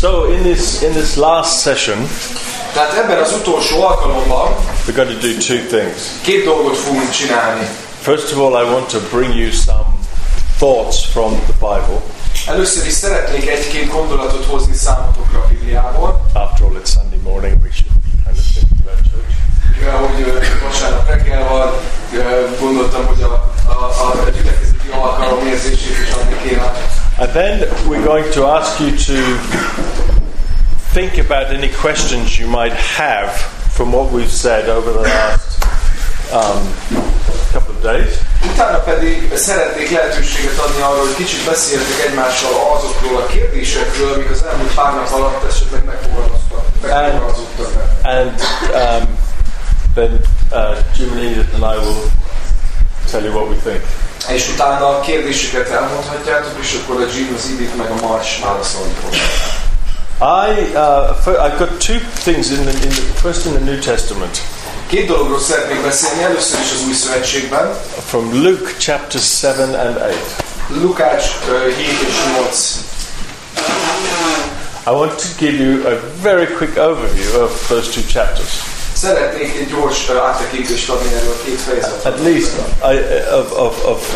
So in this last session, tehát ebben az utolsó alkalommal we're going to do two things. két dolgot fogunk csinálni. First of all, I want to bring you some thoughts from the Bible. Először is szeretnék egy-két gondolatot hozni számotokra a Bibliából. After all, it's Sunday morning, we should be kind of thinking about church. Mivel hogy vasárnap reggel van, gondoltam, hogy a gyülekezeti alkalom érzését is adni kéne. And then we're going to ask you to think about any questions you might have from what we've said over the last couple of days. Utána pedig szeretnék lehetőséget adni arra, hogy kicsit beszéltek egymással azokról a kérdésekről, amik az elmúlt pár nap alatt esetleg megfogalmazottak. And then Jim and Edith and I will tell you what we think. És utána a kérdéseket elmondhatjátok, és akkor a Jim, az Edith meg a Mars válaszolni fognak. I've got two things first in the New Testament. Két dologról szeretnék beszélni, először is az Új Szövetségben. From Luke chapter 7 and 8. Lukács 7 és 8. I want to give you a very quick overview of those two chapters. Szeretnék egy gyors áttekintést adni erről a két fejezetről. At least of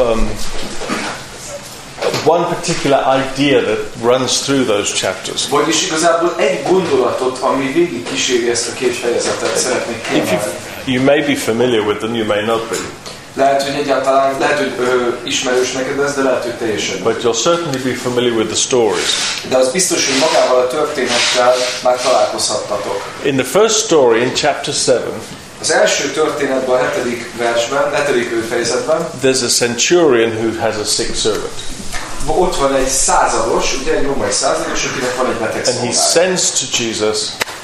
one particular idea that runs through those chapters. Vagyis igazából egy gondolatot, ami végig kíséri ezt a két fejezetet szeretnék kiemelni. You may be familiar with them, you may not be. Lehet, hogy egyáltalán, ismerős neked ez, de lehet, hogy teljesen. But you'll certainly be familiar with the stories. De az biztos, hogy magával a történettel már találkozhattatok. In the first story, in chapter 7, az első történetben, a 7. versben, 7. fejezetben, there's a centurion who has a sick servant. Ott van egy százados, ugye egy római százados, akinek van egy beteg szolgája. And he sends to Jesus.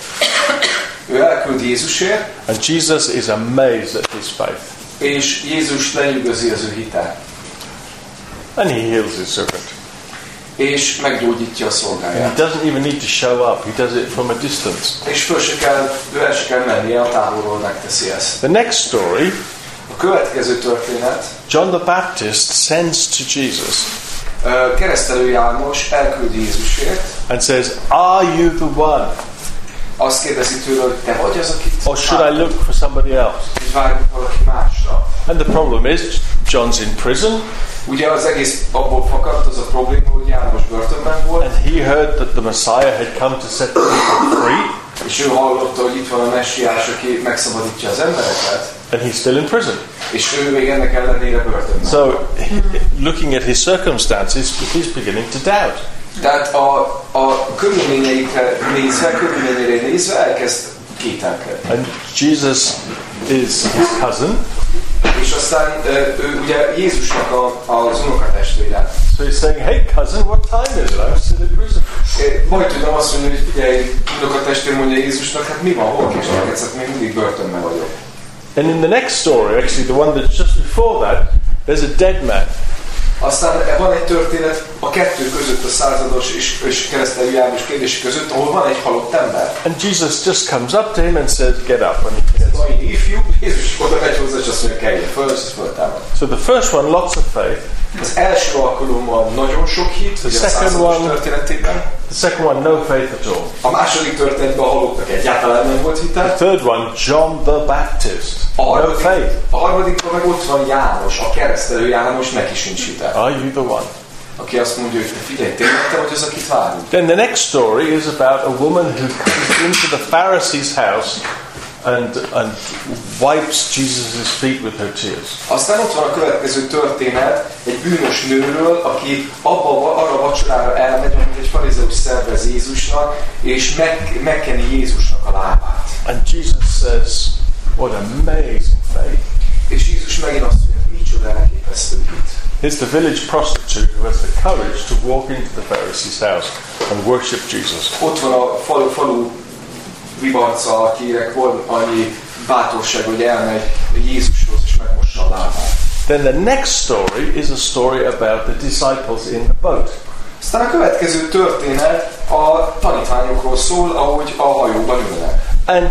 Ő elküld Jézusért. And Jesus is amazed at his faith. És Jézus lenyűgözi az ő hitát. And he heals his servant. És meggyógyítja a szolgáját. He doesn't even need to show up. He does it from a distance. És ő el se kell mennie, a távolról megteszi ezt. The next story, a következő történet, John the Baptist sends to Jesus. Keresztelő János elküldi Jézusért. And says, "Are you the one?" Azt kérdezi tőle, hogy te vagy az, akit or should I look for somebody else? Várjuk valaki másra. And the problem is, John's in prison. Ugye az egész abból fakadt az a probléma, hogy János börtönben volt. And he heard that the Messiah had come to set the people free. És ő hallotta, hogy itt van a messiás, aki megszabadítja az embereket. And he's still in prison. És ő még ennek ellenére börtönben. So, looking at his circumstances, he's beginning to doubt. Tehát a körülményeire nézve elkezd kételkedni. And Jesus is his cousin. És aztán ő ugye Jézusnak az unokatestvére. So he's saying, "Hey cousin, what time is it? I'm still in prison." Majd tudom azt mondani, hogy figyelj, unokatestvér mondja Jézusnak, hát mi van, hol késlekedsz, hát még mindig börtönben vagyok. And in the next story, actually the one that's just before that, there's a dead man. Aztán van egy történet a kettő között, a százados és keresztelő János kérdése között, ahol van egy halott ember. And Jesus just comes up to him and says, "Get up." And he gets up. Ifjú, Jézus oda megy hozzá, és azt mondja, keljen föl, és föltámad. So the first one, lots of faith. Az első alkalommal nagyon sok hit, ugye a százados történetében. The second one, no faith at all. A második történetben a halottak egyáltalán nem volt hitel. The third one, John the Baptist. No faith. A harmadikban meg ott van János, a keresztelő János, neki sincs hitel. Are you the one? Aki azt mondja, hogy figyelj, tényleg te vagy az, akit várunk. Then the next story is about a woman who comes into the Pharisee's house and wipes Jesus' feet with her tears. Aztán ott van a következő történet egy bűnös nőről, aki arra vacsorára elmegy, amit egy farizeus szervez Jézusnak, és megkeni Jézusnak a lábát. And Jesus says, "What amazing faith." És Jézus megint azt mondja, micsoda elképesztő hit. Here's the village prostitute who has the courage to walk into the Pharisee's house and worship Jesus. Ott van a falu ribarca, akinek van annyi bátorság, hogy elmegy Jézushoz és megmossa a lábát. Then the next story is a story about the disciples in the boat. Aztán a következő történet a tanítványokról szól, ahogy a hajóban ülnek. And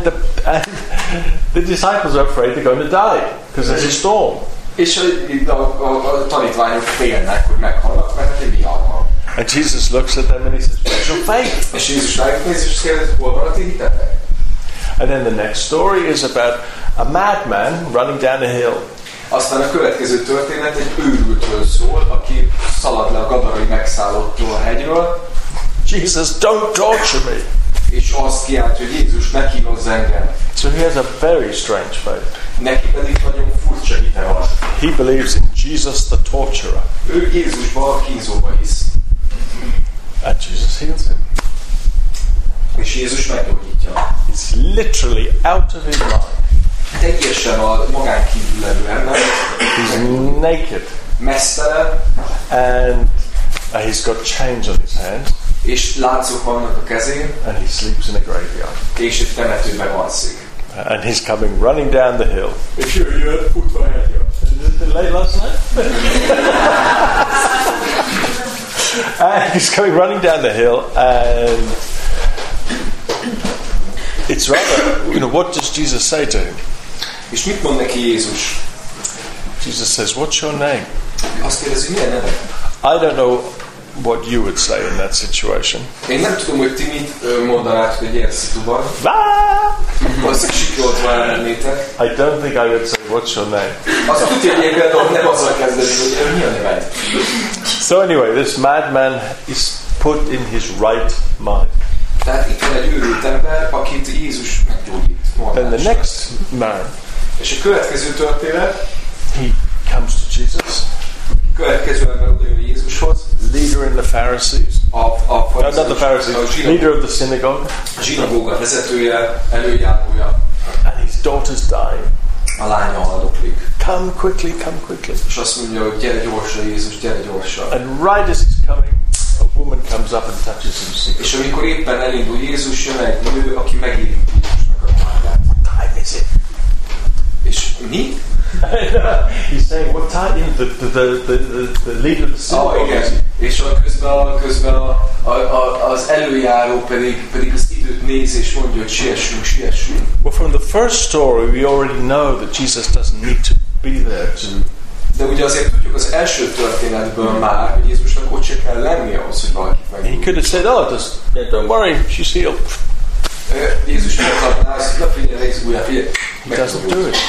the disciples are afraid they're going to die because there's a storm. És a tanítványok félnek, hogy meghalnak, mert egy vihar van. And Jesus looks at them and he says, where's your faith? És Jézus rájuk néz, és kérdezi, hol van a ti hitetek? And then the next story is about a madman running down a hill. Aztán a következő történet egy őrültről szól, aki szalad le a gadarai megszállottól a hegyről. Jesus, don't torture me. És azt kiáltja, hogy Jézus, ne kínozz engem. So he has a very strange faith. Neki pedig nagyon furcsa hite van. He believes in Jesus the torturer. Ő Jézusban a kínzóba hisz. And Jesus heals him. És Jézus meggyógyítja. He's literally out of his mind. Teljesen a magán kívül levő ember. He's naked. Mesztelen. And he's got chains on his hands. És láncok vannak a kezén. And he sleeps in a graveyard. És egy temetőben alszik. And he's coming running down the hill. És ő jön, futva hegyre. Late last night? And he's coming running down the hill, and it's rather, what does Jesus say to him? És mit mond neki Jézus? Jesus says, what's your name? Azt kérdezi, milyen neved? I don't know what you would say in that situation. Én nem tudom, hogy ti mit mondanátok egy ilyen szituban. Azt sikoltva elmennétek. I don't think I would say, what's your name? Azt tudja, hogy ilyen dolog nem azzal kezdeni, hogy mi a neved. So anyway, this madman is put in his right mind. Tehát itt van egy őrült ember, akit Jézus meggyógyít. And the next man, és a következő történet, he comes to Jesus. Következő ember oda jön Jézushoz. Leader in the Pharisees. Not the Pharisees. Leader of the synagogue. A zsinagóga vezetője, előjárója. And his daughter's dying. A lánya haldoklik. Come quickly, come quickly. És azt mondja, hogy gyere gyorsan, Jézus, gyere gyorsan. And right as he's coming, a woman comes up and touches him secretly. És amikor éppen elindul Jézus, jön egy nő, aki megérinti Jézusnak a lábát. What time is it? És mi? He's saying, what time? The leader of the synagogue. Igen. És közben az előjáró pedig az időt néz és mondja, hogy siessünk. Well, from the first story, we already know that Jesus doesn't need to be there to. De ugye azért tudjuk az első történetből már, hogy Jézusnak ott se kell lenni ahhoz, hogy valakit meggyógyítson. He could have said, don't worry, she's healed. Jézus mondhatná azt, na figyelj, izgulja, figyelj. He doesn't do it.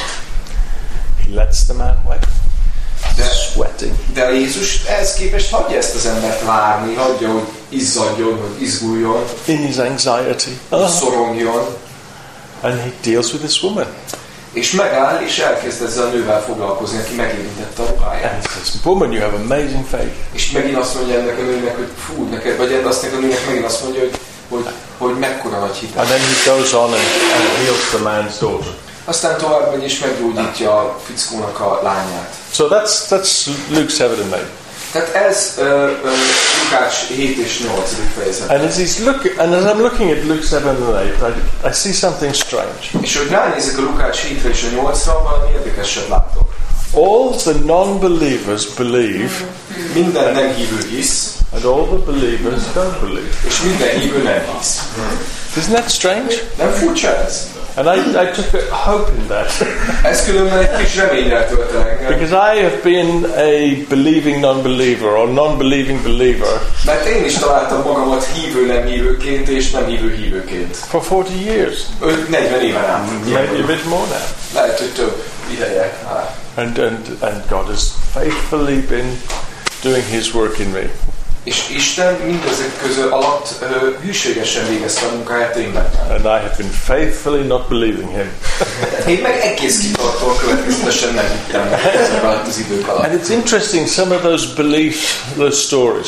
He lets the man wait. Sweating. De Jézus ehhez képest hagyja ezt az embert várni, hagyja, hogy izzadjon, hogy izguljon. In his anxiety. Szorongjon. And he deals with this woman. És megáll, és elkezd ezzel a nővel foglalkozni, aki megérintette a ruháját. And he says, woman, you have amazing faith. És megint azt mondja ennek a nőnek, hogy fú, neked, vagy azt a nőnek megint azt mondja, hogy mekkora nagy hitet. And then he goes on and heals the man's daughter. Aztán tovább megy és meggyógyítja a fickónak a lányát. So that's Luke 7 and 8. Tehát ez Lukács 7 és 8. fejezet. And as I'm looking at Luke 7 and 8, I see something strange. És hogy ránézek a Lukács 7-re és a 8-ra, valami érdekeset látok. All the non-believers believe. Minden nem hívő hisz. And all the believers don't believe. És minden hívő nem hisz. Isn't that strange? Nem furcsa ez? And I took a hope in that. Ez különben egy kis reményre tölt el engem. Because I have been a believing non-believer or non-believing believer. Mert én is találtam magamat hívő nem hívőként és nem hívő hívőként. For 40 years. 40 éven át. Maybe a bit more now. Lehet, hogy több ideje. And God has faithfully been doing His work in me. És Isten mindezek közül alatt hűségesen végezte a munkáját én bennem. And I have been faithfully not believing Him. Én meg egész kitartóan következetesen nem hittem ezek alatt az idők alatt. And it's interesting, some of those beliefs, those stories.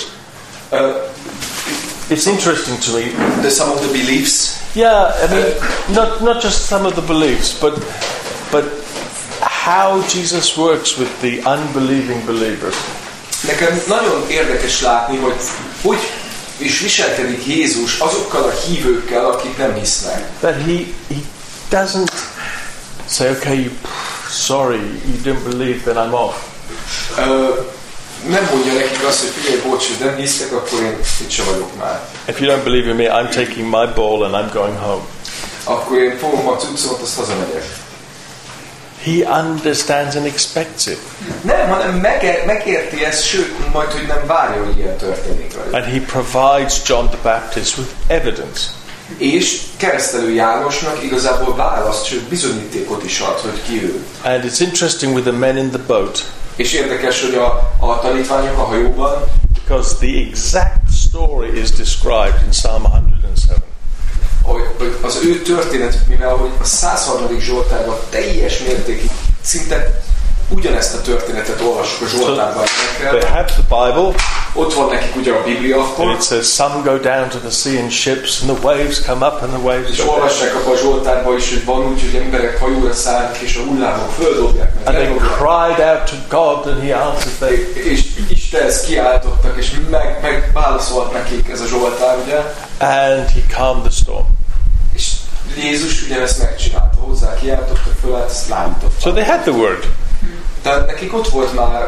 It's interesting to me. Some of the beliefs. Yeah, I mean, not just some of the beliefs, but how Jesus works with the unbelieving believers. Nekem nagyon érdekes látni, hogy is viselkedik Jézus azokkal a hívőkkel, akik nem hisznek. That he doesn't say, okay, sorry, you didn't believe, then I'm off. Nem mondja nekik azt, hogy figyelj, bocs, hogy nem hisztek, akkor én itt sem vagyok már. If you don't believe in me, I'm taking my ball and I'm going home. Akkor én fogom a cuccot, azt hazamegyek. He understands and expects it. Nem, hanem megérti ezt, sőt, majd, hogy nem várja, hogy ilyen történik vele. And he provides John the Baptist with evidence. És keresztelő Jánosnak igazából választ, sőt bizonyítékot is ad, hogy ki ő. And it's interesting with the men in the boat. És érdekes, hogy a tanítványok a hajóban, because the exact story is described in Psalm 107. Hogy az ő történet, mivel hogy a 103. Zsoltárban teljes mértékig szinte ugyanezt a történetet olvassuk a Zsoltárban. They have the Bible. Ott van nekik ugye a Biblia akkor. And it says some go down to the sea in ships and the waves come up and the waves és go down. olvassák abban a Zsoltárban is, hogy van úgy, hogy emberek hajóra szállnak és a hullámok földobják meg. And they cried out to God and he answered them. És Istenhez kiáltottak és meg válaszolt nekik ez a Zsoltár, ugye? And he calmed the storm. És Jézus ugyanezt megcsinálta, hozzá kiáltottak föl, hát ezt lámítottak. So they had the word. Tehát nekik ott volt már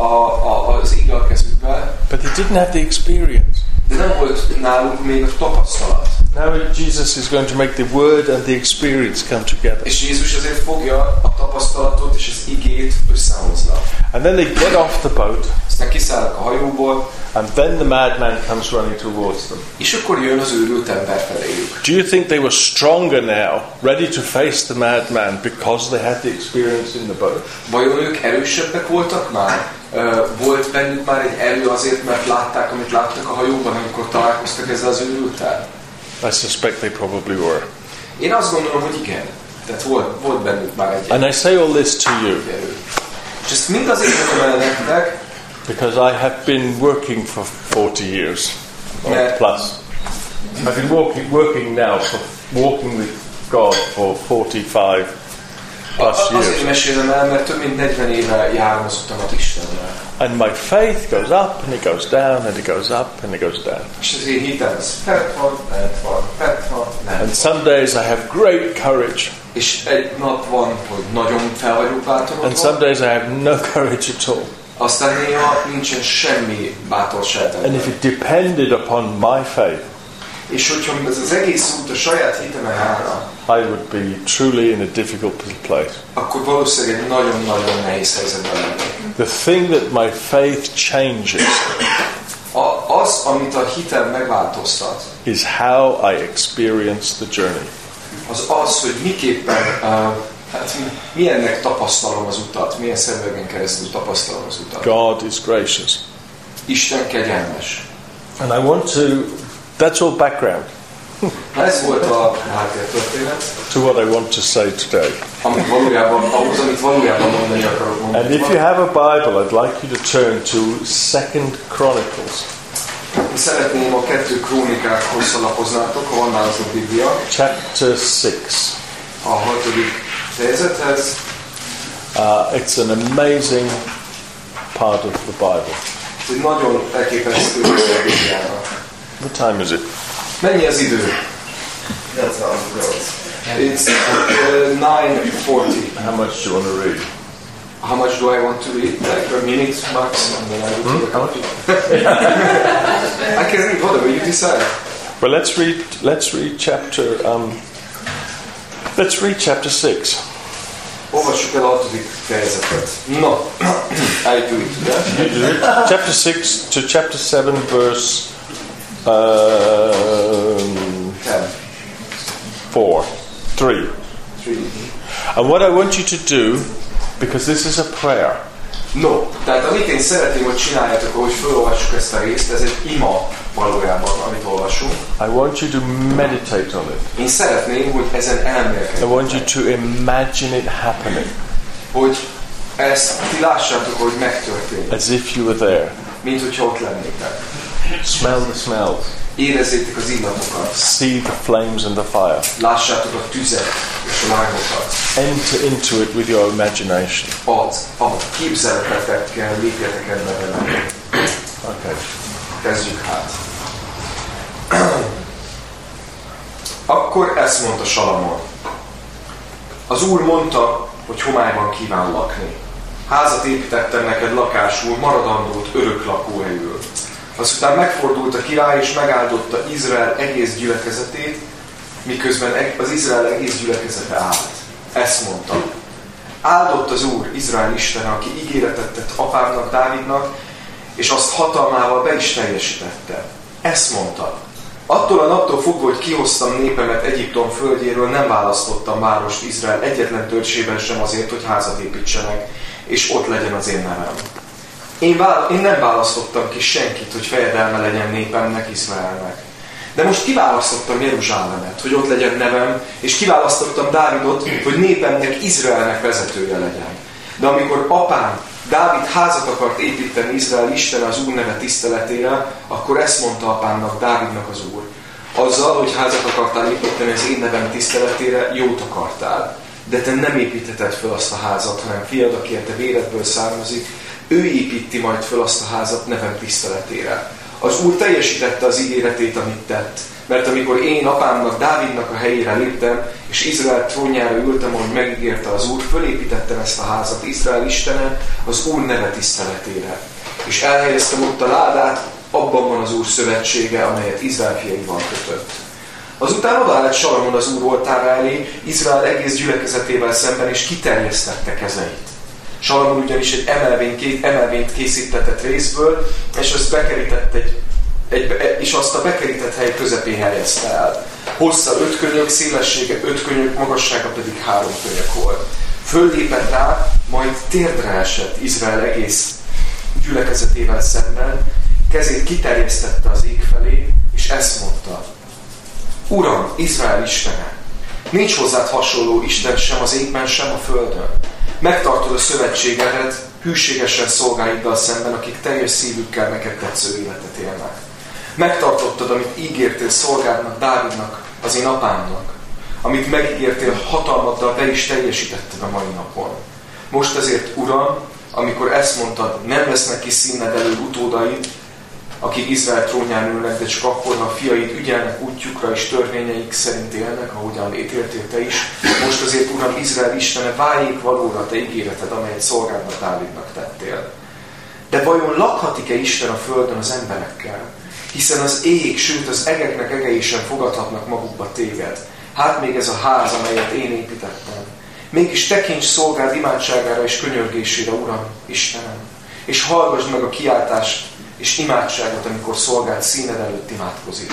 az ige a kezükben, but they didn't have the experience. De nem volt náluk még a tapasztalat. Now Jesus is going to make the word and the experience come together. És Jézus azért fogja a tapasztalatot és az igét összehozna. And then they get off the boat. Aztán kiszállnak a hajóból. And then the madman comes running towards them. És akkor jön az őrült ember feléjük. Do you think they were stronger now, ready to face the madman because they had the experience in the boat? Vajon ők erősebbek voltak már? Volt bennük már egy erő azért, mert látták, amit láttak a hajóban, amikor találkoztak ezzel az őrülttel? I suspect they probably were. Én azt gondolom, hogy igen. Tehát volt bennük már egy And I say all this to you. erő. És ezt mind azért mondom el nektek, because I have been working for 40 years or plus. I've been working now for walking with God for 45 plus years. Azért mesélem el, mert több mint 40 éve járom az utamat Istennel. And my faith goes up and it goes down and it goes up and it goes down. És az én hitem az fent van, lent van. And some days I have great courage. És egy nap van, hogy nagyon fel vagyok bátorodva. And some days I have no courage at all. Aztán néha nincsen semmi bátorság. And if it depended upon my faith, és hogyha ez az egész út a saját hitemen állna, I would be truly in a difficult place. akkor valószínűleg egy nagyon-nagyon nehéz helyzetben lennék. The thing that my faith changes Az, amit a hitem megváltoztat, is how I experience the journey. Az, hogy miképpen, milyennek tapasztalom az utat, milyen szemüvegen keresztül tapasztalom az utat. God is gracious. Isten kegyelmes. And I want to, that's all background. Ez volt a háttértörténet. To what I want to say today. Amit valójában mondani akarok mondani. And if you have a Bible, I'd like you to turn to 2 Chronicles. Szeretném a 2 Krónikákhoz alapoznátok, ha van nálatok Biblia. Chapter 6. A 6. fejezethez. It's an amazing part of the Bible. Ez egy nagyon elképesztő része a Bibliának. What time is it? Mennyi az idő? It's 9:40. How much do you want to read? How much do I want to read? Like a minute max, and then I will take a coffee. I can read whatever you decide. Well, let's read chapter 6. Olvassuk el a 6. fejezetet. No, I do it. Yeah? You do it. Chapter 6 to chapter 7, verse 3. And what I want you to do, because this is a prayer. No, tehát amit én szeretném, hogy csináljátok, ahogy felolvassuk ezt a részt, ez egy ima valójában, amit olvasunk. I want you to meditate on it. Én szeretném, hogy ezen elmélkedjünk. I want you to imagine it happening. Hogy ezt ti lássátok, hogy megtörténik. As if you were there. Mint hogyha ott lennétek. Smell the smells. Érezzétek az illatokat. See the flames and the fire. Lássátok a tüzet és a lángokat. Enter into it with your imagination. A képzeletetekkel lépjetek ebbe vele. Okay. Kezdjük hát. Akkor ezt mondta Salamon. Az Úr mondta, hogy homályban kíván lakni. Házat építettem neked lakásul, maradandót örök lakóhelyül. Azután megfordult a király és megáldotta Izrael egész gyülekezetét, miközben az Izrael egész gyülekezete állt. Ezt mondta. Áldott az Úr, Izrael Istene, aki ígéretet tett apámnak, Dávidnak, és azt hatalmával be is teljesítette. Ezt mondta. Attól a naptól fogva, hogy kihoztam népemet Egyiptom földjéről, nem választottam várost Izrael egyetlen törzsében sem azért, hogy házat építsenek, és ott legyen az én nevem. Én nem választottam ki senkit, hogy fejedelme legyen népemnek, Izraelnek. De most kiválasztottam Jeruzsálemet, hogy ott legyen nevem, és kiválasztottam Dávidot, hogy népemnek, Izraelnek vezetője legyen. De amikor apám, Dávid házat akart építeni Izrael Istene az Úr neve tiszteletére, akkor ezt mondta apámnak, Dávidnak az Úr. Azzal, hogy házat akartál építeni az én nevem tiszteletére, jót akartál. De te nem építheted föl azt a házat, hanem fiad, aki a te véredből származik, ő építi majd föl azt a házat nevem tiszteletére. Az Úr teljesítette az ígéretét, amit tett. Mert amikor én apámnak, Dávidnak a helyére léptem, és Izrael trónjára ültem, ahogy megígérte az Úr, fölépítettem ezt a házat Izrael Istene az Úr neve tiszteletére. És elhelyeztem ott a ládát, abban van az Úr szövetsége, amelyet Izrael fiaival kötött. Azután odaállt Salamon az Úr oltára elé, Izrael egész gyülekezetével szemben, és kiterjesztette kezeit. Salamon ugyanis egy emelvényt készítetett részből, és azt bekerített és azt a bekerített hely közepén helyezte el. Hossza 5 könyök, szélessége 5 könyök, magassága pedig 3 könyök volt. Föllépett rá, majd térdre esett Izrael egész gyülekezetével szemben, kezét kiterjesztette az ég felé, és ezt mondta: Uram, Izrael Istene, nincs hozzád hasonló Isten sem az égben, sem a földön. Megtartod a szövetségedet hűségesen szolgáiddal szemben, akik teljes szívükkel neked tetsző életet élnek. Megtartottad, amit ígértél szolgádnak, Dávidnak, az én apámnak. Amit megígértél hatalmaddal, be is teljesítetted a mai napon. Most ezért, Uram, amikor ezt mondtad, nem lesznek ki színed elől utódaid, akik Izrael trónján ülnek, de csak akkor, ha a fiaid ügyelnek útjukra és törvényeik szerint élnek, ahogyan ítéltél te is. Most azért, Uram, Izrael Istene, váljék valóra te ígéreted, amelyet szolgádnak, Dávidnak tettél. De vajon lakhatik-e Isten a földön az emberekkel? Hiszen az ég, sőt az egeknek egei sem fogadhatnak magukba téged. Hát még ez a ház, amelyet én építettem. Mégis tekints szolgád imádságára és könyörgésére, Uram, Istenem, és hallgass meg a kiáltást és imádságot, amikor szolgád színed előtt imádkozik.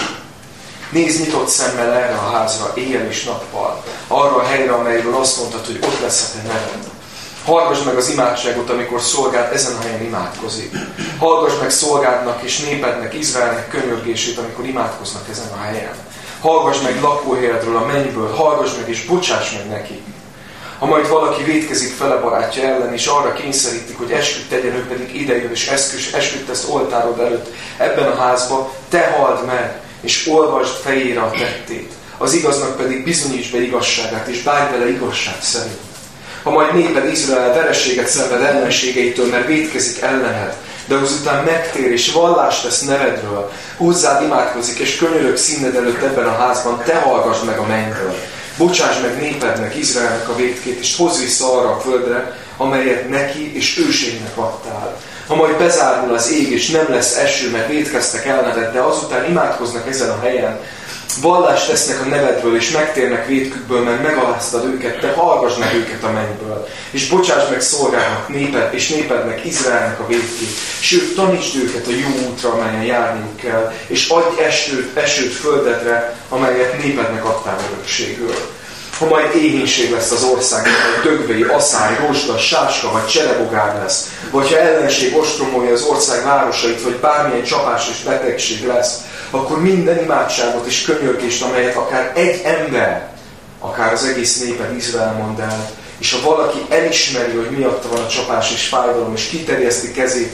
Nézz nyitott szemmel erre a házra, éjjel és nappal, arra a helyre, amelyről azt mondtad, hogy ott lesz a te neved. Hallgass meg az imádságot, amikor szolgád ezen a helyen imádkozik. Hallgass meg szolgádnak és népednek, Izraelnek könyörgését, amikor imádkoznak ezen a helyen. Hallgass meg lakóhelyedről, a mennyből, hallgass meg és bocsáss meg neki. Ha majd valaki vétkezik fele barátja ellen, és arra kényszerítik, hogy esküt tegyen, ő pedig idejön, és esküt tesz oltárod előtt ebben a házba, te halld meg, és olvasd fejére a tettét. Az igaznak pedig bizonyíts be igazságát, és bánj vele igazság szerint. Ha majd néped Izrael vereséget szenved ellenségeitől, mert vétkezik ellened, de azután megtér és vallást tesz nevedről, hozzád imádkozik, és könyörög színed előtt ebben a házban, te hallgass meg a mennyből. Bocsáss meg népednek, Izraelnek a vétkét, és hozz vissza arra a földre, amelyet neki és őségnek adtál. Ha majd bezárul az ég, és nem lesz eső, mert vétkeztek ellened, de azután imádkoznak ezen a helyen, vallást tesznek a nevedről, és megtérnek vétkükből, mert megaláztad őket, te hallgass meg őket a mennyből. És bocsáss meg szolgának néped, és népednek, Izraelnek a vétkét. Sőt, tanítsd őket a jó útra, amelyen járniuk kell, és adj esőt földedre, amelyet népednek adtál örökségül. Ha majd éhínség lesz az országban, vagy dögvei, aszály, rozsda, sáska, vagy cserebogár lesz, vagy ha ellenség ostromolja az ország városait, vagy bármilyen csapás és betegség lesz, akkor minden imádságot és könyörgést, amelyet akár egy ember, akár az egész néped Izrael mond el, és ha valaki elismeri, hogy miatta van a csapás és fájdalom, és kiterjeszti kezét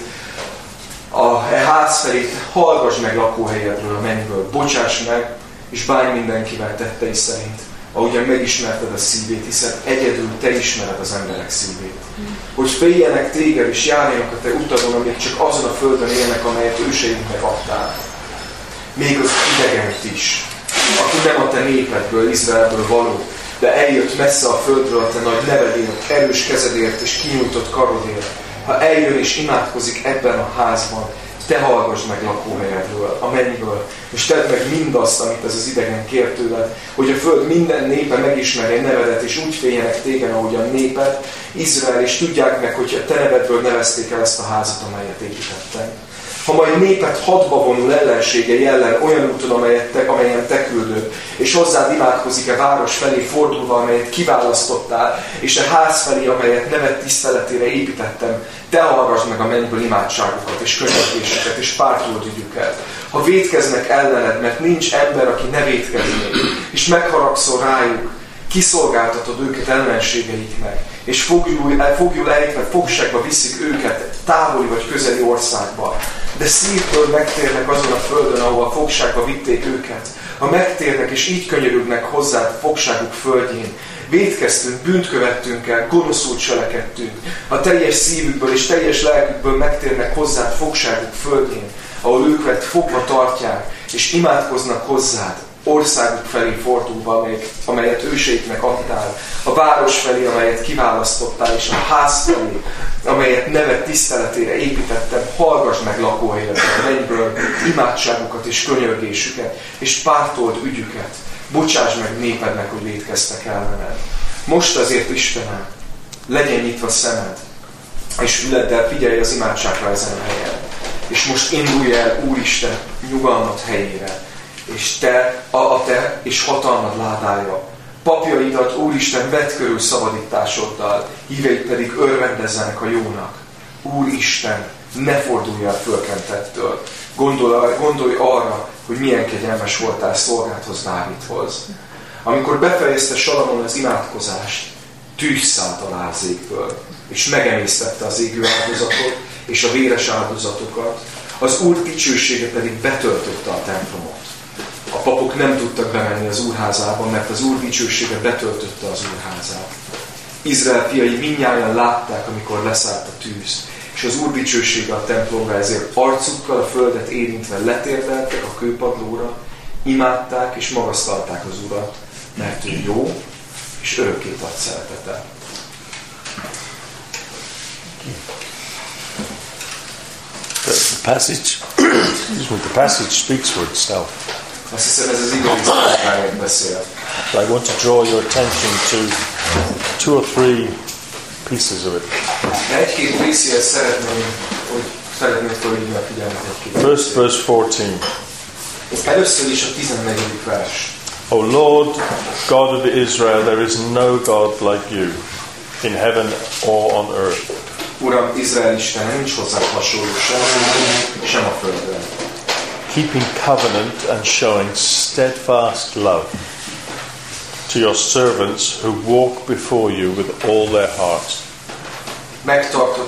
a ház felé, hallgass meg lakóhelyedről, a mennyből, bocsáss meg, és bánj mindenkivel tettei szerint, ahogyan megismerted a szívét, hiszen egyedül te ismered az emberek szívét. Hogy féljenek téged, és járjanak a te utadon, amik csak azon a földön élnek, amelyet őseinknek adtál. Még az idegent is, aki nem a te népedből, Izraelből való, de eljött messze a földről a te nagy nevedért, erős kezedért és kinyújtott karodért. Ha eljön és imádkozik ebben a házban, te hallgass meg lakóhelyedről, a mennyből, és tedd meg mindazt, amit ez az idegen kér tőled, hogy a föld minden népe megismerje nevedet, és úgy féljenek téged, ahogy a néped, Izrael, és tudják meg, hogy a te nevedből nevezték el ezt a házat, amelyet építettem. Ha majd néped hadba vonul ellenségei ellen olyan úton, amelyen te küldöd, és hozzád imádkozik-e város felé fordulva, amelyet kiválasztottál, és a ház felé, amelyet neved tiszteletére építettem, te hallgass meg a mennyből imádságokat, és könyörgéseket, és pártold ügyüket. Ha vétkeznek ellened, mert nincs ember, aki ne vétkeznék, és megharagszol rájuk, kiszolgáltatod őket ellenségeiknek, és foglyul ejtve fogságba viszik őket távoli vagy közeli országba. De szívből megtérnek azon a földön, ahova fogságba vitték őket. Ha megtérnek és így könyörögnek hozzád fogságuk földjén, vétkeztünk, bűnt követtünk el, gonoszul cselekedtünk. Ha teljes szívükből és teljes lelkükből megtérnek hozzád fogságuk földjén, ahol őket fogva tartják, és imádkoznak hozzád, országuk felé fordulva, amelyet őseiknek adtál, a város felé, amelyet kiválasztottál, és a ház felé, amelyet neved tiszteletére építettem, hallgass meg lakóhelyedre a mennyből imádságukat és könyörgésüket, és pártold ügyüket, bocsáss meg népednek, hogy vétkeztek ellened. Most azért, Istenem, legyen nyitva szemed, és füleddel figyelj az imádságra ezen a helyen. És most indulj el, Úristen, nyugalmat helyére, és te és hatalmad ládája. Papjaidat, Úristen, vedd körül szabadításoddal, híveid pedig örvendezzenek a jónak. Úristen, ne fordulj el fölkentettől. Gondolj arra, hogy milyen kegyelmes voltál szolgádhoz, Dávidhoz. Amikor befejezte Salamon az imádkozást, tűz szállt alá az égből, és megemésztette az égő áldozatot és a véres áldozatokat, az Úr dicsősége pedig betöltötte a templomot. A papok nem tudtak bemenni az úrházába, mert az Úr dicsősége betöltötte az úrházát. Izrael fiai mindnyájan látták, amikor leszállt a tűz, és az Úr dicsősége a templomra, ezért arcukkal a földet érintve letérdeltek a kőpadlóra, imádták és magasztalták az Urat, mert ő jó, és örökké tart szeretete. The passage speaks for itself. Azt hiszem, ez az igazságért beszél. I want to draw your attention to 2 or 3 pieces of it. Egy-két részéhez szeretném felhívni a figyelmet egy-két. First, verse 14. Először is a 14. vers. O Lord, God of Israel, there is no God like you, in heaven or on earth. Uram, Izrael Isten, nincs hozzá hasonló sem a földön. Keeping covenant and showing steadfast love to your servants who walk before you with all their hearts. Megtartott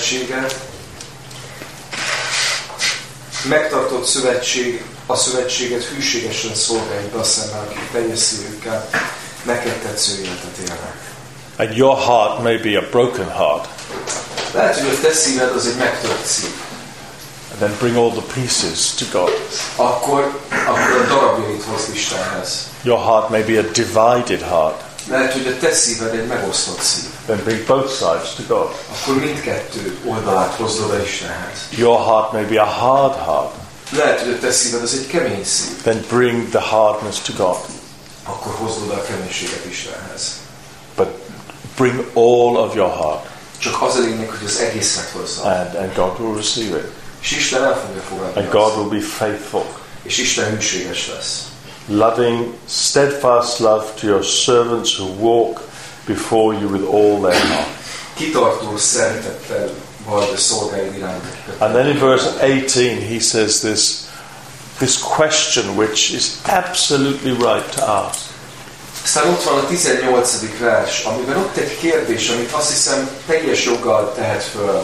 szövetséget hűségesen szolgálj be a szemmel, akik teljes szívükkel neked tetsző életet élnek. And your heart may be a broken heart. Lehet, hogy a te szíved az egy megtört szív. And then bring all the pieces to God. Akkor a darabjait hozd Istenhez. Your heart may be a divided heart. Lehet, hogy a te szíved egy megosztott szív. Then bring both sides to God. Akkor mindkettő oldalát hozd oda Istenhez. Your heart may be a hard heart. Lehet, hogy a te szíved az egy kemény szív. Then bring the hardness to God. Akkor hozd oda a keménységet Istenhez. But bring all of your heart. Csak az a lényeg, hogy az egészet hozza. And God will receive it. És Isten el fogja fogadni. And God will be faithful. És Isten hűséges lesz. Loving, steadfast love to your servants who walk before you with all their heart. Kitartó szeretettel vagy a szolgáid iránt. And then in verse 18 he says this question which is absolutely right to ask. Aztán ott van a 18. vers, amiben ott egy kérdés, amit azt hiszem teljes joggal tehet föl.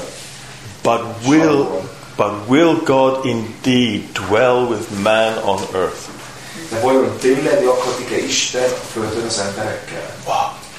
But will God indeed dwell with man on earth? De vajon tényleg lakhatik-e Isten a földön az emberekkel? Wow.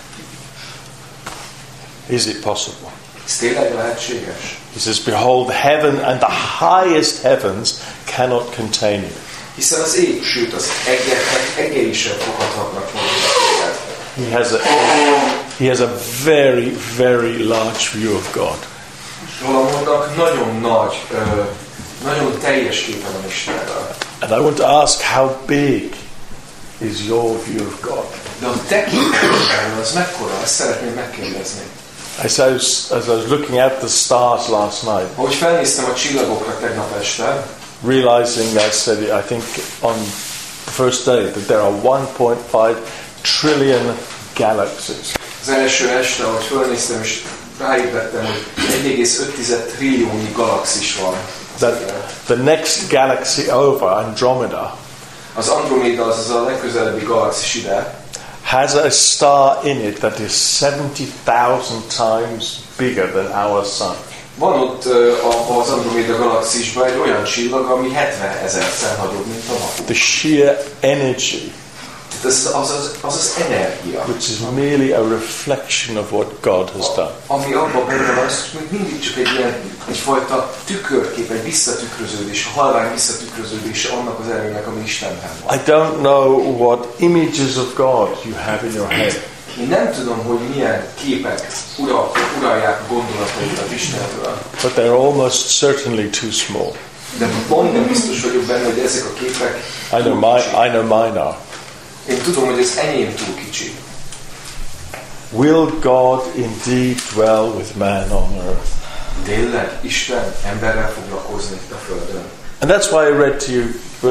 Is it possible? Ez tényleg lehetséges? He says, behold, heaven and the highest heavens cannot contain you. Hiszen az ég, sőt az egei sem foghatnak téged. He has a very, very large view of God. Valamonnak nagyon nagy Nagyon teljes képe van Istenről. And I want to ask, how big is your view of God? De a te képed Istenről az mekkora? Ezt szeretném megkérdezni. As I was looking at the stars last night, ahogy felnéztem a csillagokra tegnap este, realizing, I said, I think on the first day, that there are 1.5 trillion galaxies. Az első este, ahogy felnéztem, és ráébredtem, hogy 1,5 trilliónyi galaxis van. That the next galaxy over, Andromeda, az Andromeda az a legközelebbi galaxis ide, has a star in it that is 70,000 times bigger than our sun. Van ott az Andromeda galaxisban egy olyan csillag, ami 70 000-szer nagyobb, mint a nap. The sheer energy, az energia, which is merely a reflection of what God has done. Ami abban benne van, az mindig csak egyfajta tükörkép, egy visszatükröződés, a halvány visszatükröződése annak az erőnek, ami Istenben van. I don't know what images of God you have in your head. Én nem tudom, hogy milyen képek uralják a gondolataidat Istenről. But they're almost certainly too small. De majdnem biztos vagyok benne, hogy ezek a képek I know mine are. Én tudom, hogy az enyém túl kicsi. Will God indeed dwell with man on earth? Tényleg Isten emberrel fog lakozni itt a földön. And that's why I read to you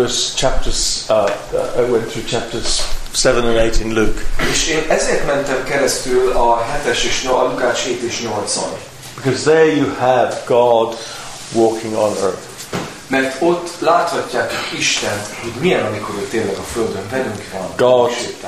I went through chapters 7 and 8 in Luke. És én ezért mentem keresztül a Lukács 7 és 8-on. Because there you have God walking on earth. Mert ott láthatjátok Istent, hogy milyen, amikor ő tényleg a földön velünk van. God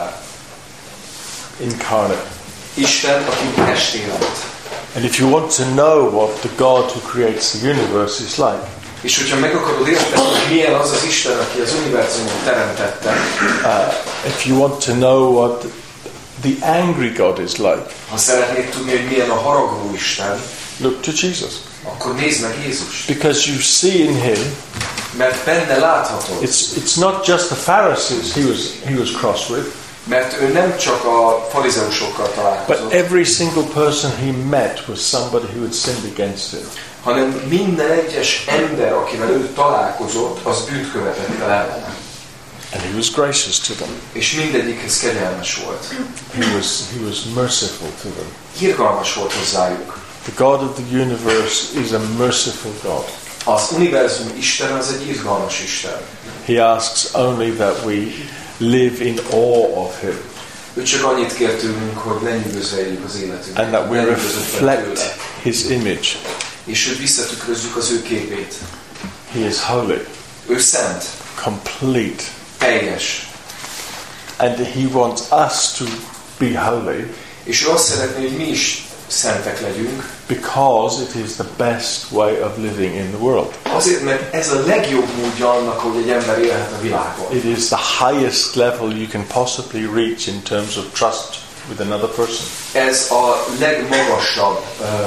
incarnate. Isten, aki testé lett. And if you want to know what the God who creates the universe is like, és hogyha meg akarod érteni, hogy milyen az az Isten, aki az univerzumot teremtette, if you want to know what the angry God is like, ha szeretnéd tudni, hogy milyen a haragvó Isten, look to Jesus. Akkor nézd meg Jézust. Because you see in him, mert benne láthatod. It's not just the Pharisees he was cross with. Mert ő nem csak a farizeusokkal találkozott. But every single person he met was somebody who had sinned against him. Hanem minden egyes ember, akivel ő találkozott, az bűnt követett el ellene. And he was gracious to them. És mindegyikhez kegyelmes volt. He was merciful to them. Irgalmas volt hozzájuk. The God of the universe is a merciful God. Az univerzum Isten az egy irgalmas Isten. He asks only that we live in awe of him. Ő csak annyit kér tőlünk, hogy lenyűgözveljük az életünket. And that we reflect his image. És őt visszatükrözzük az ő képét. He is holy. Ő szent. Complete. Teljes. And he wants us to be holy. És ő azt szeretné, hogy mi is szentek legyünk. Because it is the best way of living in the world. Azért, mert ez a legjobb módja annak, hogy egy ember élhet a világon. It is the highest level you can possibly reach in terms of trust with another person. Ez a legmagasabb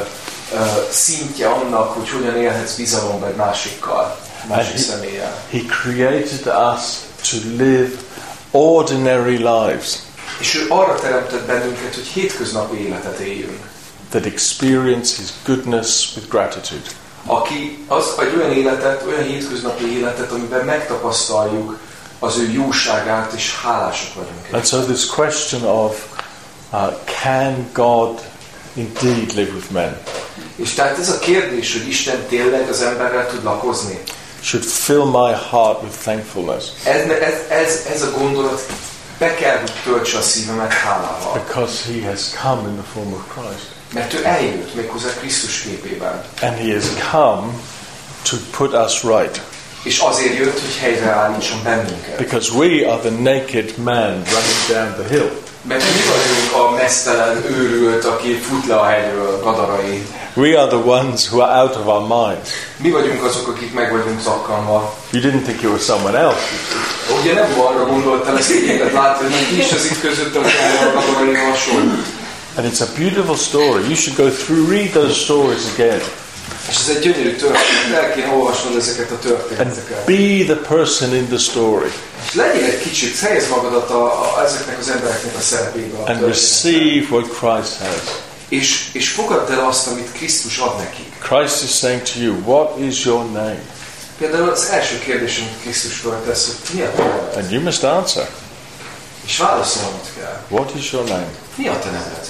szintje annak, hogy hogyan élhetsz bizalomban egy másikkal, másik személlyel. He created us to live ordinary lives. És ő arra teremtett bennünket, hogy hétköznapi életet éljünk. That experience his goodness with gratitude. Aki egy olyan életet, olyan hétköznapi életet, amiben megtapasztaljuk az ő jóságát, és hálásak vagyunk. And so this question of can God indeed live with men? És tehát ez a kérdés, hogy Isten tényleg az emberrel tud lakozni, should fill my heart with thankfulness. Ez a gondolat be kell, hogy töltse a szívemet hálával. Because he has come in the form of Christ. Mert ő eljött méghozzá Krisztus képében. And he has come to put us right. És azért jött, hogy helyreállítson bennünket. Because we are the naked man running down the hill. Mert mi vagyunk a meztelen őrült, aki fut le a hegyről, gadarai. We are the ones who are out of our minds. Mi vagyunk azok, akik meg vagyunk zakkanva. You didn't think you were someone else. Ugye nem arra gondoltál ezt a képet látni, hogy ki is az itt közöttem, hogy a gadarai hasonló. And it's a beautiful story. You should go through, read those stories again. És ez egy gyönyörű történet, el kéne olvasnod ezeket a történeteket. And be the person in the story. És legyél egy kicsit, helyezd magadat ezeknek az embereknek a szerepébe. And receive what Christ has. És fogadd el azt, amit Krisztus ad nekik. Christ is saying to you, what is your name? Például az első kérdés, amit Krisztus föltesz, hogy mi a te neved? And you must answer. És válaszolnod kell. What is your name? Mi a te neved?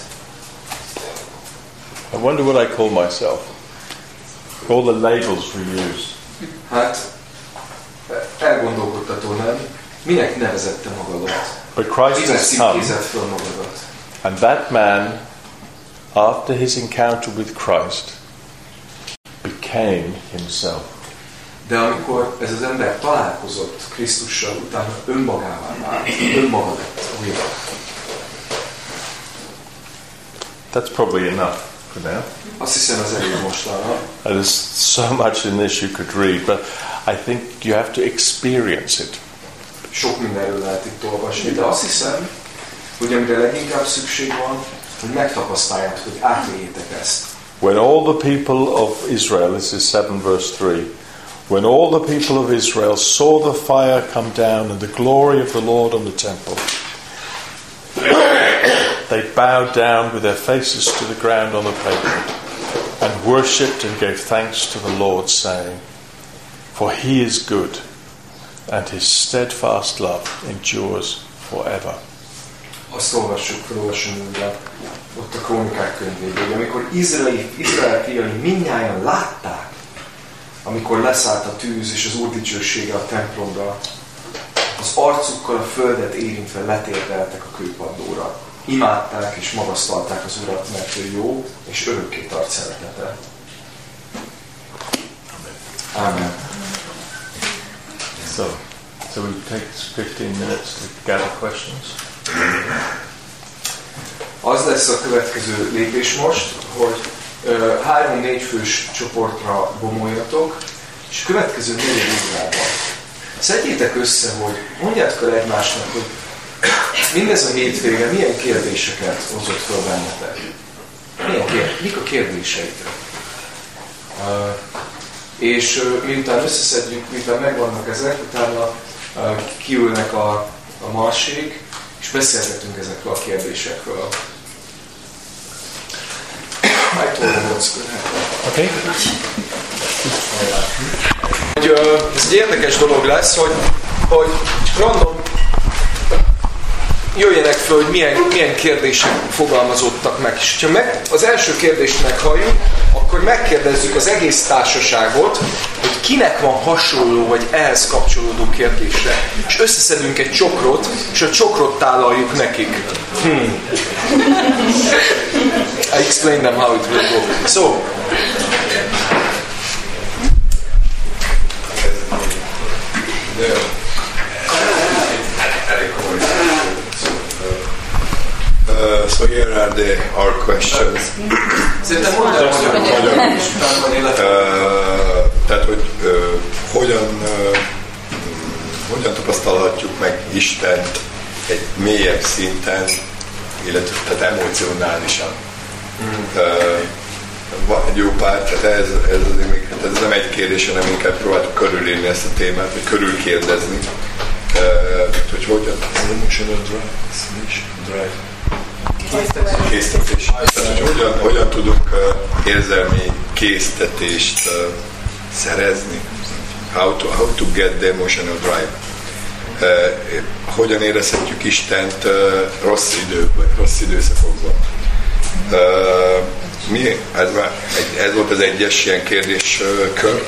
I wonder what I call myself. All the labels we use. Hát, elgondolkodtató, nem? Minek nevezed te magadat? But Christ has come, Kézed föl magadat. and that man, after his encounter with Christ, became himself. De amikor ez az ember találkozott Krisztussal, utána önmagává vált, önmaga lett újra. That's probably enough for now. Azt hiszem, ez elég mostanra. There's so much in this you could read, but I think you have to experience it. Sok mindenről lehet itt olvasni, de azt hiszem, hogy amire leginkább szükség van, hogy megtapasztaljátok, hogy átvéljétek ezt. When all the people of Israel, this is 7 verse 3, when all the people of Israel saw the fire come down and the glory of the Lord on the temple, they bowed down with their faces to the ground on the pavement and worshipped and gave thanks to the Lord, saying, For he is good, and his steadfast love endures forever. Azt felolvassuk újra ott a Krónikák könyvében, hogy amikor Izrael fiai mindnyájan látták, amikor leszállt a tűz és az Úr dicsősége a templomra, az arcukkal a földet érintve letérdeltek a kőpadlóra. Imádták és magasztalták az Urat, mert ő jó és örökké tart szeretete. Amen. So we take 15 minutes to gather questions. Az lesz a következő lépés most, hogy 3-4 fős csoportra bomoljatok, és a következő 4 órában szedjétek össze, hogy mondjátok el egymásnak, hogy mindez a hétvége milyen kérdéseket hozott fel bennetek. Mik a kérdéseitek? És miután összeszedjük, miután megvannak ezek, utána kiülnek a marsék, és beszélgetünk ezekről a kérdésekről. Okay. Ez egy érdekes dolog lesz, hogy random jöjjenek fel, hogy milyen kérdések fogalmazottak meg. És ha az első kérdést meghalljuk, akkor megkérdezzük az egész társaságot, hogy kinek van hasonló vagy ehhez kapcsolódó kérdése. És összeszedünk egy csokrot, és a csokrot tálaljuk nekik. I explain them how it will go. So, so here are our questions. Tehát, hogy hogyan tapasztalhatjuk meg Istent egy mélyebb szinten, illetve tehát emocionálisan. Van egy jó pár, tehát ez azért még, hát ez nem egy kérdés, hanem inkább próbáltuk körülírni ezt a témát, vagy körülkérdezni, hogy hogyan. Emotional drive. Késztetés. Tehát, hogy hogyan tudunk érzelmi késztetést szerezni. How to get the emotional drive. Hogyan érezhetjük Istent rossz időkben, rossz időszakokban. Ez volt az egyes ilyen kérdéskör.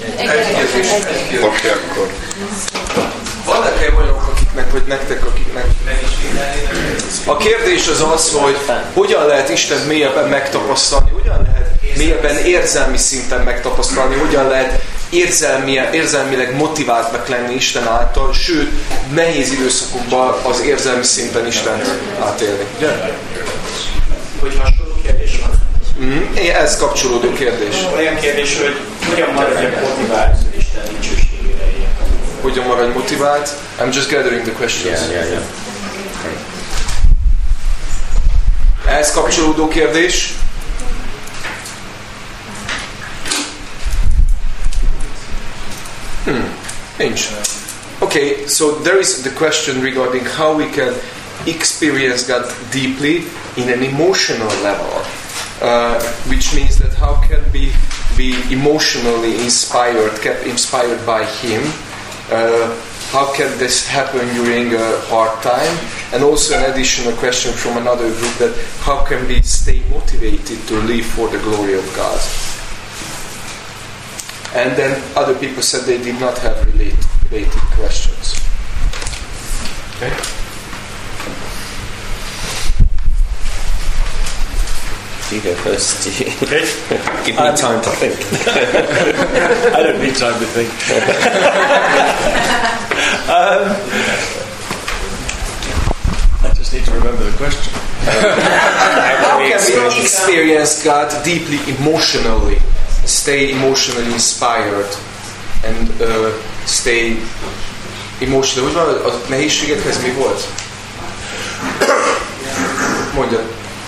Oké, akkor. Vannak-e olyanok, akiknek, vagy nektek, akiknek? A kérdés az az, hogy hogyan lehet Istent mélyebben megtapasztalni, hogyan lehet mélyebben érzelmi szinten megtapasztalni, hogyan lehet érzelmileg motiváltnak lenni Isten által, sőt, nehéz időszakokban az érzelmi szinten Istent átélni. Ugye? Hogy hasonló kérdés van? Ez kapcsolódó kérdés. Olyan kérdés, hogy hogyan maradjak motivált Isten dicsőségére ilyen. Hogyan maradj motivált? I'm just gathering the questions. Yeah. Ehhez kapcsolódó kérdés. Nincs. Okay, so there is the question regarding how we can experience God deeply in an emotional level, which means that how can we be emotionally inspired, kept inspired by Him. How can this happen during a hard time? And also an additional question from another group that how can we stay motivated to live for the glory of God? And then other people said they did not have related questions. Okay. You go first. Okay. Give me time to think. I don't need time to think. I just need to remember the question. How can we experience God deeply emotionally, stay emotionally inspired, and stay emotionally? Hogy van a nehézségekhez mi volt? Mondja.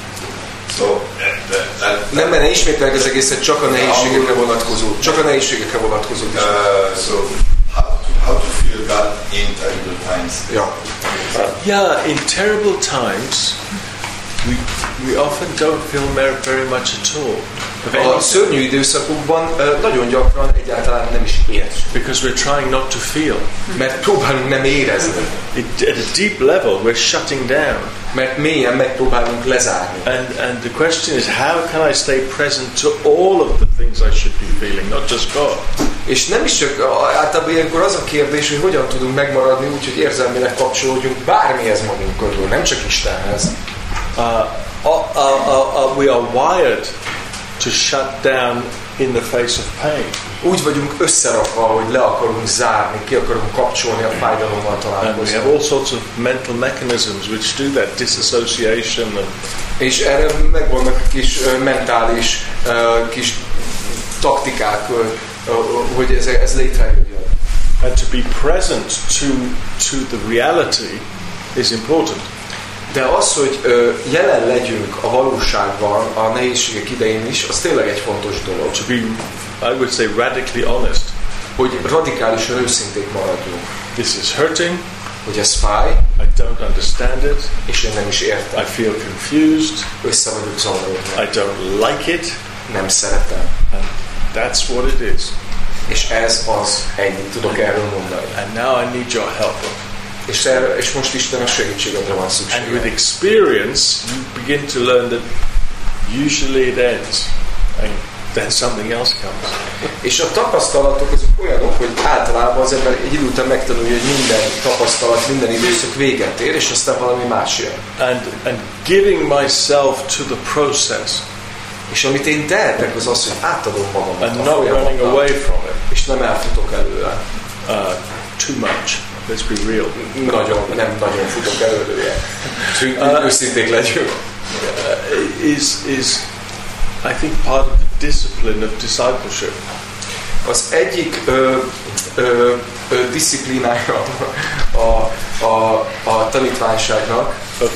Nem, mert ne ismételjük az egészet, csak a nehézségekre vonatkozó. Csak a nehézségekre vonatkozó. So how to feel God in terrible times? Yeah, in terrible times, we often don't feel very much at all. A szörnyű időszakokban nagyon gyakran egyáltalán nem is érts. Because we're trying not to feel. Mert próbálunk nem érezni. At a deep level, we're shutting down. Mert mélyen megpróbálunk lezárni. And the question is, how can I stay present to all of the things I should be feeling, not just God? És nem is csak, általában ilyenkor az a kérdés, hogy hogyan tudunk megmaradni úgy, hogy érzelmileg kapcsolódjunk bármihez magunk körül, nem csak Istenhez. We are wired to shut down in the face of pain. Úgy vagyunk összerakva, hogy le akarunk zárni, ki akarunk kapcsolni a fájdalommal találkozni. And we have all sorts of mental mechanisms which do that, disassociation. És erre megvannak kis mentális kis taktikák, hogy ez létrejöjjön. And to be present to the reality is important. De az, hogy jelen legyünk a valóságban a nehézségek idején is, az tényleg egy fontos dolog. To be, I would say, radically honest. Hogy radikálisan őszinték maradjunk. This is hurting. Hogy ez fáj. I don't understand it. És én nem is értem. I feel confused. Össze vagyok zavarodva. I don't like it. Nem szeretem. And that's what it is. És ez az, ennyit tudok erről mondani. And now I need your help. És most Isten a segítségedre van szükség. And with experience, you begin to learn that usually it ends, and then something else comes. És a tapasztalatok azok olyanok, hogy általában az ember egy idő után megtanulja, hogy minden tapasztalat, minden időszak véget ér, és aztán valami más jön. And giving myself to the process. És amit én tehetek, az az, hogy átadom magamat and not running away from it. És nem elfutok előle. Too much. Let's be real. Nem nagyon futok előle. Őszinték legyünk. Is I think part of the discipline of discipleship. Az egyik disziplinája a tanítványságnak, of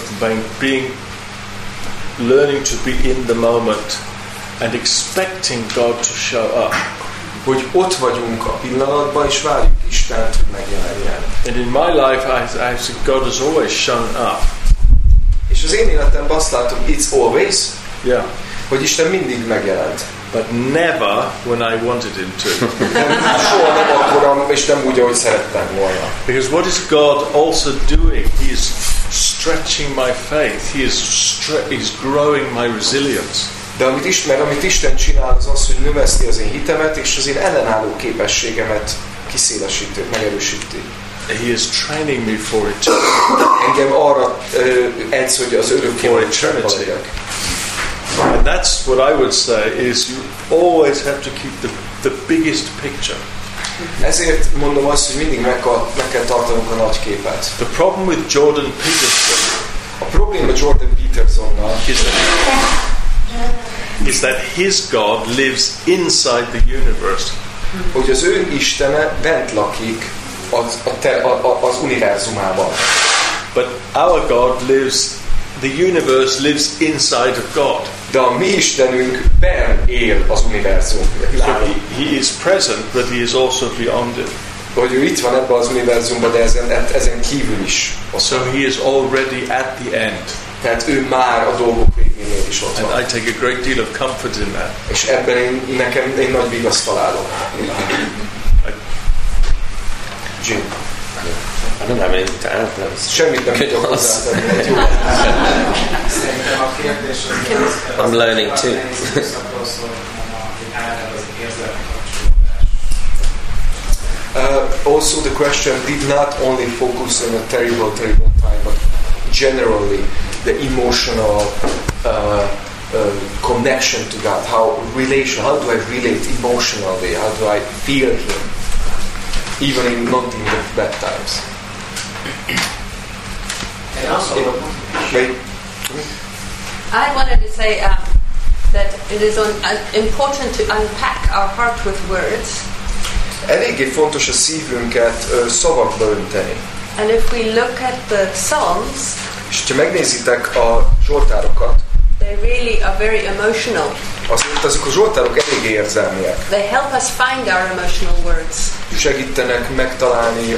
learning to be in the moment and expecting God to show up. Hogy ott vagyunk a pillanatban, és várjuk Istent, hogy megjelenjen. And in my life, I see God has always shown up. És az én életemben azt látom, it's always, yeah, hogy Isten mindig megjelent. But never when I wanted him to. Soha nem akkor, és nem úgy, ahogy szerettem volna. Because what is God also doing? He is stretching my faith. He is growing my resilience. De amit Isten csinál, az az, hogy növeszti az én hitemet, és az én ellenálló képességemet kiszélesíti, megerősíti. He is training me for eternity. Engem arra edz, hogy az örökké legyek. And that's what I would say is you always have to keep the biggest picture. Ezért mondom azt, hogy mindig meg kell tartanunk a nagy képet. The problem with Jordan Peterson, a probléma Jordan Petersonnal is that his God lives inside the universe. Hogy az ő Istene bent lakik az univerzumában. But our God lives, the universe lives inside of God. De a mi Istenünk benn él az univerzum. He is present, but he is also beyond it. Hogy ő itt van ebben az univerzumban, de ezen kívül is. So he is already at the end. Tehát ő már a dolgok végénél is ott van. And I take a great deal of comfort in that. És ebben nekem egy nagy vigaszt találok. Jim. I don't have anything to add. Semmit nem tudok hozzátenni. I'm learning too. Also the question did not only focus on a terrible time, but generally the emotional connection to God. How do I relate emotionally? How do I feel Him? Even in not in the bad times. I wanted to say that it is important to unpack our heart with words. Eléggé fontos a szívünket szavakba önteni. And if we look at the Psalms, és ha megnézitek a zsoltárokat, they really are very emotional. Azért azok a zsoltárok eléggé érzelmiek. They help us find our emotional words. Segítenek megtalálni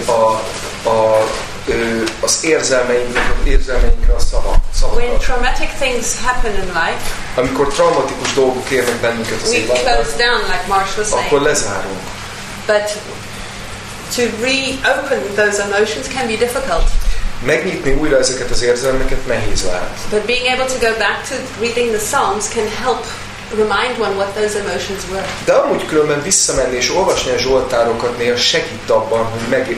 az érzelmeinkre a szavakat. When traumatic things happen in life, amikor traumatikus dolgok érnek bennünket az we életben, close down, like Marsh was saying. akkor lezárunk. But to reopen those emotions can be difficult. Megnyitni újra ezeket az érzelmeket nehéz lehet. But being able to go back to reading the Psalms can help remind one what those emotions were. De amúgy különben visszamenni és olvasni a zsoltárokat néha segít abban, hogy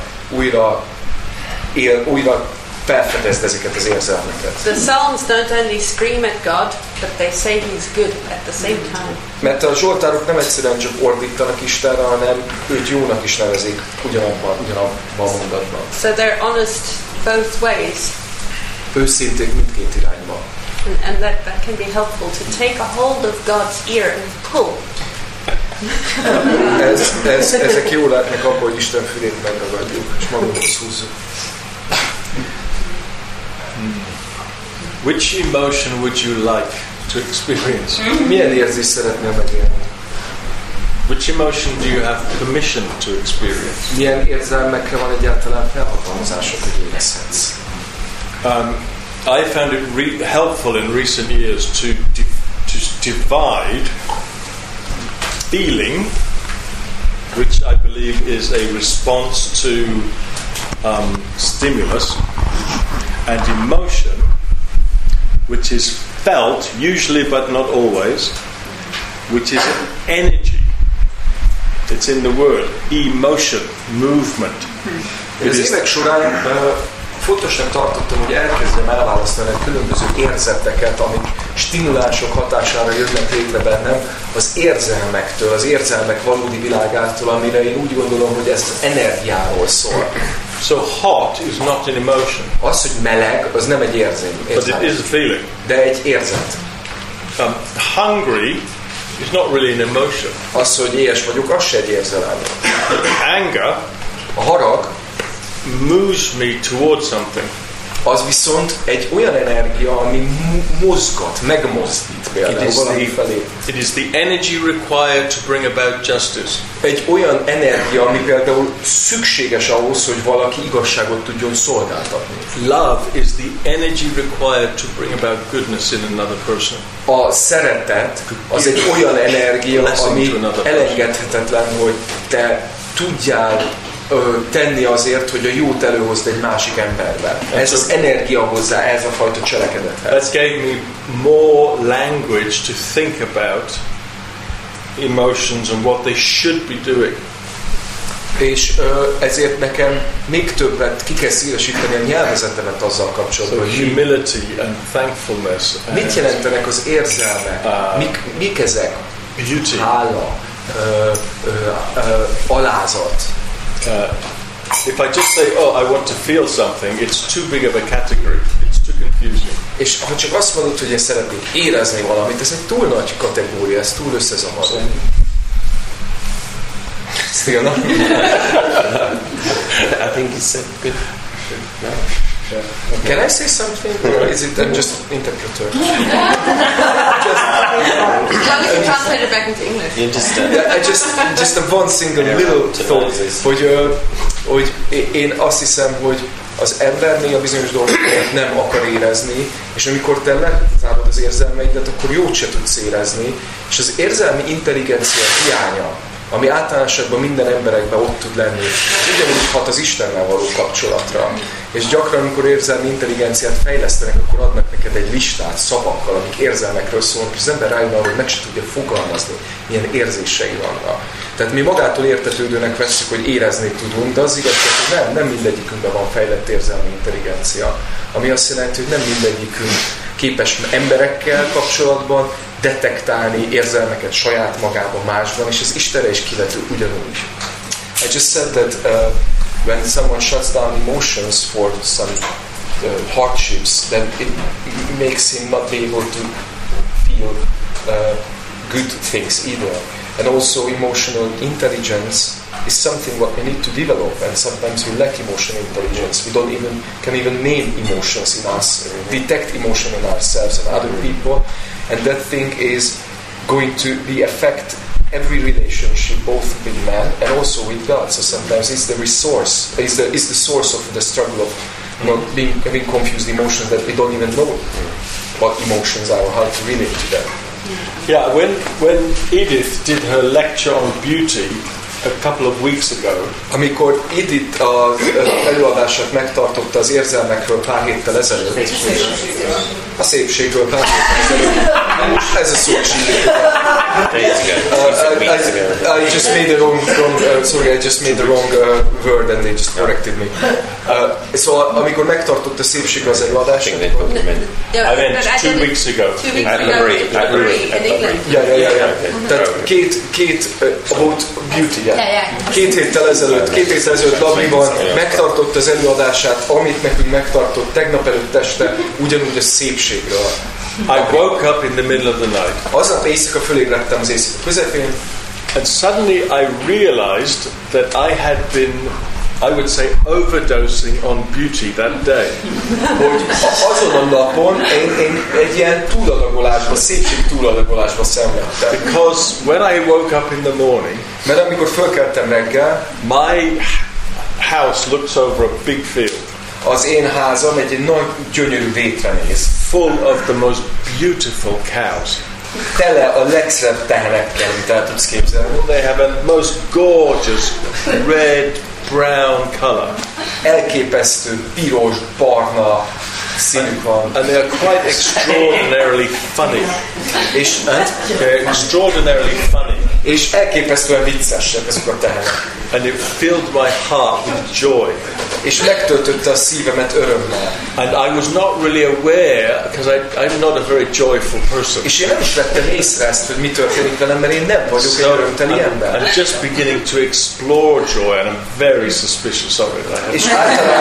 újra felfedezd ezeket az érzelmeket. The Psalms don't only scream at God, but they say He's good at the same time. Mert a zsoltárok nem egyszerűen csak ordítanak Istenre, hanem őt jónak is nevezik ugyanabban a mondatban. So they're honest both ways. Őszinték mindkét irányba. And that can be helpful to take a hold of God's ear and pull. Ezek jól lehetnek abban, hogy Isten fülét megragadjuk, és magunkhoz húzzuk. Which emotion would you like to experience? Milyen érzést szeretnél megélni? Which emotion do you have permission to experience? Milyen érzelmekre van egyáltalán felhatalmazásod, hogy érezhetsz? I found it helpful in recent years to divide feeling, which I believe is a response to stimulus, and emotion, which is felt, usually but not always, which is energy. It's in the word, emotion, movement. Az évek során fontosnak tartottam, hogy elkezdjem elválasztani a különböző érzeteket, amik stimulások hatására jönnek létre bennem, az érzelmektől, az érzelmek valódi világától, amire én úgy gondolom, hogy ez energiáról szól. So hot is not an emotion. Az, hogy meleg, az nem egy érzény. But it is a feeling. De egy érzet. Hungry is not really an emotion. Az, hogy éhes vagyok, az se egy érzelem. Anger, a harag, moves me towards something. Az viszont egy olyan energia, ami mozgat, megmozdít például valami felé. It is the energy required to bring about justice. Egy olyan energia, ami például szükséges ahhoz, hogy valaki igazságot tudjon szolgáltatni. Love is the energy required to bring about goodness in another person. A szeretet az egy olyan energia, ami elengedhetetlen, hogy te tudjál tenni azért, hogy a jót előhozd egy másik emberben. Ez az energia hozzá, ez a fajta cselekedethez. That gave me more language to think about emotions and what they should be doing. És ezért nekem még többet ki kell szélesíteni a nyelvezetemet azzal kapcsolatban, hogy humility and thankfulness. Mit jelentenek az érzelmek? Mik ezek? Beauty. Hála, alázat. If I just say, oh, I want to feel something, it's too big of a category. It's too confusing. És ha csak azt mondod, hogy én szeretnék érezni valamit, ez egy túl nagy kategória, ez túl összezavaró. Still not? I think it's good. No. Can I say something, or is it just interpreter? Well, we translate it back into English. Just a one single little thought, hogy én azt hiszem, hogy az ember néha bizonyos dolgokat nem akar érezni, és amikor te lezárod az érzelmeidet, akkor jót se tudsz érezni, és az érzelmi intelligencia hiánya, ami általánosságban minden emberekben ott tud lenni, ugyanúgy hat az Istennel való kapcsolatra. És gyakran, amikor érzelmi intelligenciát fejlesztenek, akkor adnak neked egy listát szavakkal, amik érzelmekről szólnak, és az ember rájön arra, hogy meg se tudja fogalmazni, milyen érzései vannak. Tehát mi magától értetődőnek vesszük, hogy érezni tudunk, de az igazság, hogy nem mindegyikünkben van fejlett érzelmi intelligencia. Ami azt jelenti, hogy nem mindegyikünk képes emberekkel kapcsolatban detektálni érzelmeket saját magában, másban, és az Istenre is kivető ugyanúgy. I just said that when someone shuts down emotions for some hardships, then it makes him not be able to feel good things either. And also emotional intelligence is something what we need to develop, and sometimes we lack emotional intelligence. We can even name emotions in us, detect emotion in ourselves and other people, and that thing is going to affect every relationship, both with man and also with God. So sometimes it's the resource, is the source of the struggle of having confused emotions that we don't even know what emotions are or how to relate to them. Yeah, when Edith did her lecture on beauty a couple of weeks ago, amikor Edith az előadását megtartotta az érzelmekről pár héttel ezelőtt, a szépségről pár héttel ezelőtt, most ez a szó is I just made the wrong word and they just corrected me. Szóval amikor megtartott a szépségről az előadását, I meant 2 weeks ago. At Marie in England. Yeah. Tehát két about beauty. Két héttel ezelőtt Labriban megtartott az előadását, amit nekünk megtartott tegnap előtt este, ugyanúgy a szépségről. I woke up in the middle of the night. Aznap éjszaka fölébredtem az éjszaka közepén. And suddenly I realized that I had been, I would say, overdosing on beauty that day. Hogy azon a napon én egy ilyen túladagolásba, szépség túladagolásba szenvedtem. Because when I woke up in the morning, mert amikor fölkeltem reggel, my house looks over a big field. Az én házam egy nagy gyönyörű rétre néz. Full of the most beautiful cows. Tele a legszebb tehenekkel, amit el tudsz képzelni. They have a most gorgeous red, brown color. Elképesztő piros, barna színük van. And they are quite extraordinarily funny. És they're extraordinarily funny. És elképesztően viccesek ezek a tehenek. And it filled my heart with joy. És megtöltötte a szívemet örömmel. And I was not really aware, because I'm not a very joyful person. És én nem is vettem észre ezt, hogy mi történik velem, mert én nem vagyok egy örömteli ember. I'm just beginning to explore joy, and I'm very suspicious of it. És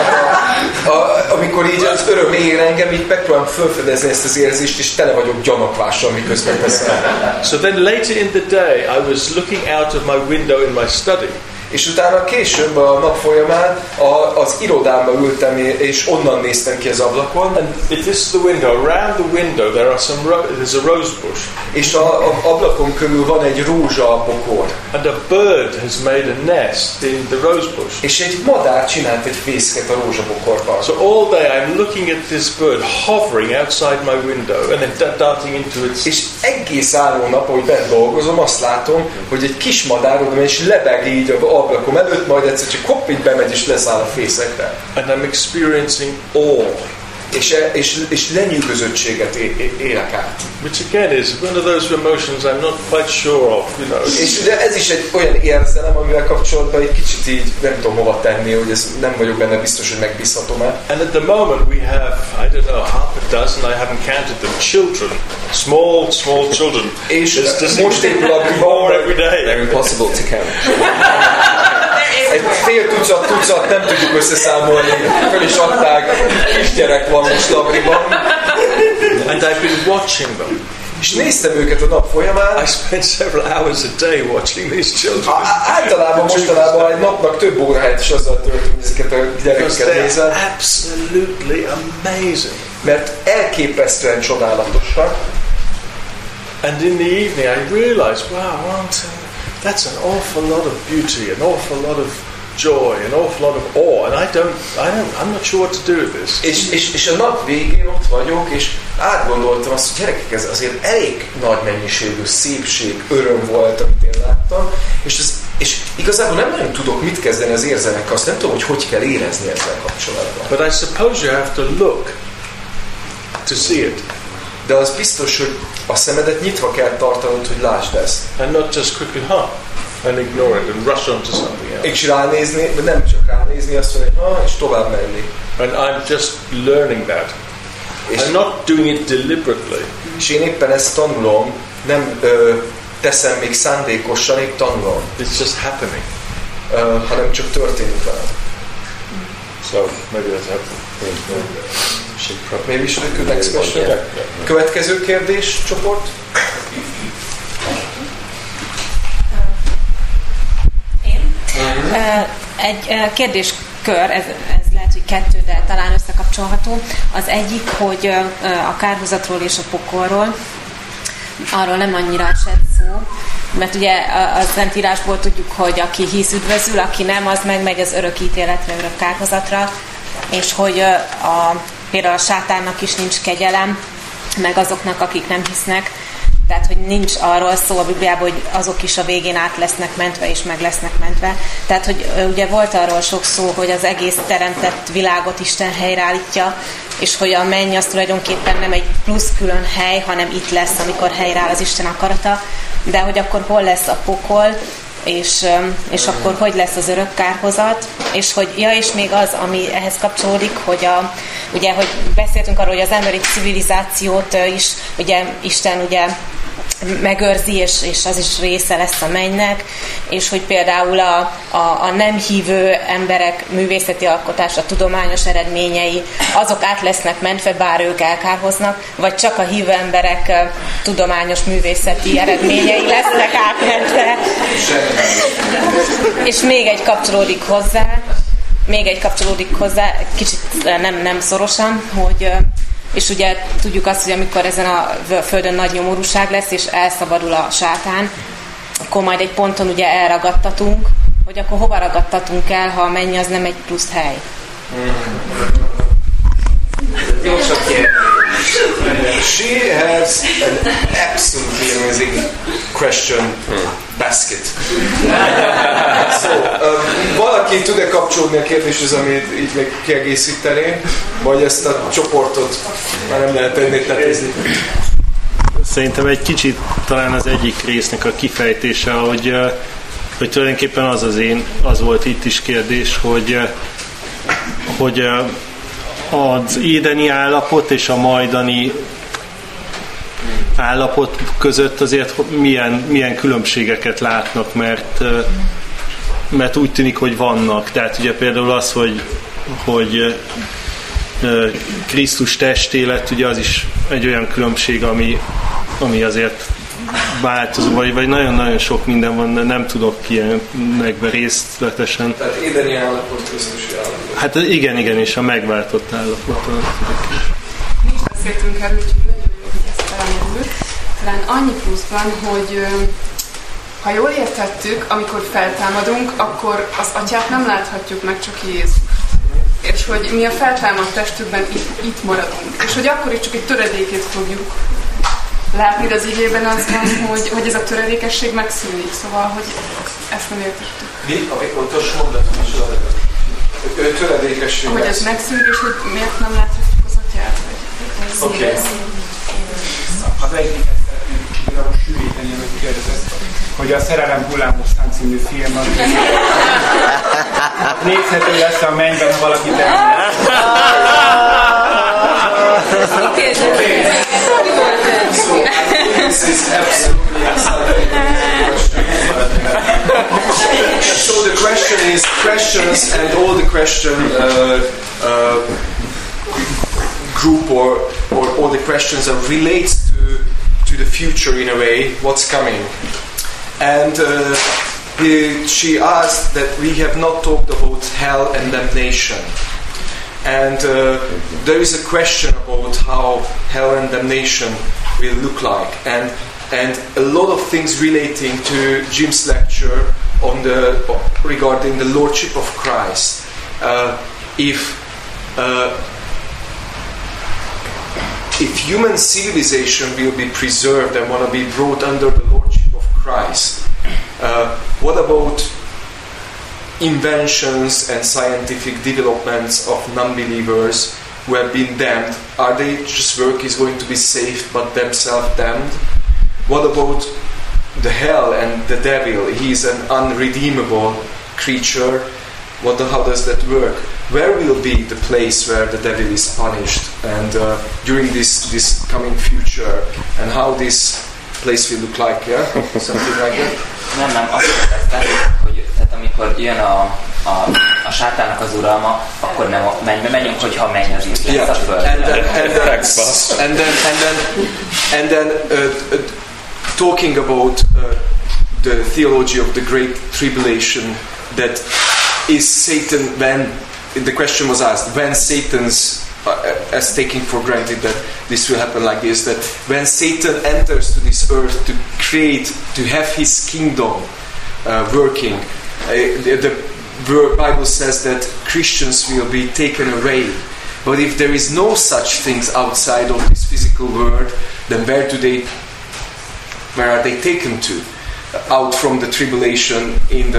általában, amikor így az öröm ér engem, így megpróbálom felfedezni ezt az érzést, és tele vagyok gyanakvással, miközben beszélek. So then later in the day, I was looking out of my window in my study. És utána később a nap folyamán az irodámba ültem, és onnan néztem ki az ablakon. And if this is the window, around the window there are there's a rose bush. És a ablakon körül van egy rózsabokor. And a bird has made a nest in the rose bush. És egy madár csinált egy fészket a rózsabokorban. So all day I'm looking at this bird hovering outside my window and then darting into its. És egész álló nap, ahogy bent dolgozom, azt látom, hogy egy kis madár oda és lebeg így a ablakom előtt, majd egyszer csak hopp, így bemegy és leszáll a fészekre. And I'm experiencing awe. És lenyűgözöttséget élek át. Which again is one of those emotions I'm not quite sure of, you know. És ugye ez is egy olyan érzelem, amivel kapcsolatban egy kicsit így nem tudom hova tenni, hogy ez nem vagyok benne biztos, hogy megbízhatom-e. And at the moment we have, I don't know, half a dozen, I haven't counted them, children, small children. És most épül a more every day. They're impossible to count. Egy fél tucat nem tudjuk összeszámolni, föl is adták, kisgyerek van most Labriban. And I've been watching them. És néztem őket a nap folyamán. I spent several hours a day watching these children. Általában mostanában egy napnak több óráját is azzal töltünk, ezeket a gyerekeket nézem. Absolutely amazing. Mert elképesztően csodálatosak. And in the evening I realized, wow, that's an awful lot of beauty, an awful lot of joy, an awful lot of awe, and I'm not sure what to do with this. És a nap végén ott vagyok, és átgondoltam azt, hogy gyerekek, ez azért elég nagy mennyiségű szépség, öröm volt, amit én láttam, és igazából nem nagyon tudok mit kezdeni az érzelmekkel, azt nem tudom, hogy kell érezni ezzel kapcsolatban. But I suppose you have to look to see it. De az biztos, hogy a szemedet nyitva kell tartanod, hogy lásd ezt. And not just quickly, and ignore it and rush on to something else. És ránézni, vagy nem csak ránézni, azt mondani, és tovább menni. And I'm just learning that. I'm not doing it deliberately. És én éppen ezt tanulom, nem teszem még szándékosan, épp tanulom. It's just happening. Hanem csak történik velem. So maybe that's helpful. Maybe we should do the next question. Yeah. Következő kérdés, csoport. Egy kérdéskör, ez lehet, hogy kettő, de talán összekapcsolható. Az egyik, hogy a kárhozatról és a pokolról, arról nem annyira esett szó, mert ugye a Szentírásból tudjuk, hogy aki hisz üdvözül, aki nem, az megmegy az örök ítéletre, örök kárhozatra, és hogy például a sátánnak is nincs kegyelem, meg azoknak, akik nem hisznek. Tehát, hogy nincs arról szó a Bibliában, hogy azok is a végén át lesznek mentve, és meg lesznek mentve. Tehát, hogy ugye volt arról sok szó, hogy az egész teremtett világot Isten helyreállítja, és hogy a menny az tulajdonképpen nem egy plusz külön hely, hanem itt lesz, amikor helyreáll az Isten akarata. De hogy akkor hol lesz a pokol, és akkor hogy lesz az örök kárhozat, és hogy és még az, ami ehhez kapcsolódik, hogy ugye, hogy beszéltünk arról, hogy az emberi civilizációt is ugye Isten ugye megőrzi, és az is része lesz a mennynek, és hogy például a nem hívő emberek művészeti alkotása, tudományos eredményei, azok át lesznek mentve, bár ők elkárhoznak, vagy csak a hívő emberek tudományos művészeti eredményei lesznek átmentve. És még egy kapcsolódik hozzá, kicsit nem szorosan, hogy és ugye tudjuk azt, hogy amikor ezen a földön nagy nyomorúság lesz, és elszabadul a sátán, akkor majd egy ponton ugye elragadtatunk, hogy akkor hova ragadtatunk el, ha a menny az nem egy plusz hely. She has an absolutely amazing question basket. So, valaki tud-e kapcsolódni a kérdéshez, amit így még kiegészíteni, vagy ezt a csoportot már nem lehet ennél tetézni? Szerintem egy kicsit talán az egyik résznek a kifejtése, hogy tulajdonképpen az volt itt is kérdés, hogy az édeni állapot és a majdani állapot között azért milyen különbségeket látnak, mert úgy tűnik, hogy vannak. Tehát ugye például az, hogy Krisztus testélet, ugye az is egy olyan különbség, ami azért változó, vagy nagyon-nagyon sok minden van, nem tudok ilyenekben részletesen. Tehát édeni állapot, Krisztusi állapot. Hát igen, és a megváltott állapot. Mi is beszéltünk erről, úgyhogy nagyon jó, hogy ezt felmerült. Talán annyi pluszban, hogy ha jól értettük, amikor feltámadunk, akkor az Atyát nem láthatjuk meg, csak Jézus. És hogy mi a feltámadt testükben itt maradunk. És hogy akkor is csak egy töredékét fogjuk látni, de az igében az van, hogy ez a töredékesség megszűnik. Szóval, hogy ezt nem értettük. Mi? Ami pontos mondatom is az töredékesség. Hogy ez megszűnik, és hogy miért nem láthatjuk az Atyát? Oké. Az egyiket szeretném sűríteni, amit kérdezett, hogy a Szerelem hullámosztán című film az nézhető lesz a mennyben, ha valaki elmegy. This is absolutely so the question is questions, and all the question group or all the questions are relates to the future in a way, what's coming. And she asked that we have not talked about hell and damnation. And there is a question about how hell and damnation will look like. And a lot of things relating to Jim's lecture regarding the lordship of Christ. If human civilization will be preserved and want to be brought under the lordship of Christ, what about inventions and scientific developments of non-believers who have been damned? Are they just work is going to be saved but themselves damned? What about the hell and the devil? He is an unredeemable creature. How does that work? Where will be the place where the devil is punished, and during this coming future, and how this place will look like? Yeah, something like that. Nem, azt értettem, hogy tehát amikor jön a sátánnak az uralma, akkor nem menjünk, hogyha menj az íz lesz a föld. And then talking about the theology of the Great Tribulation, that is Satan, when the question was asked, when Satan's as taking for granted that this will happen like this, that when Satan enters to this earth to create, to have his kingdom working, the Bible says that Christians will be taken away. But if there is no such things outside of this physical world, then where are they taken to? Out from the tribulation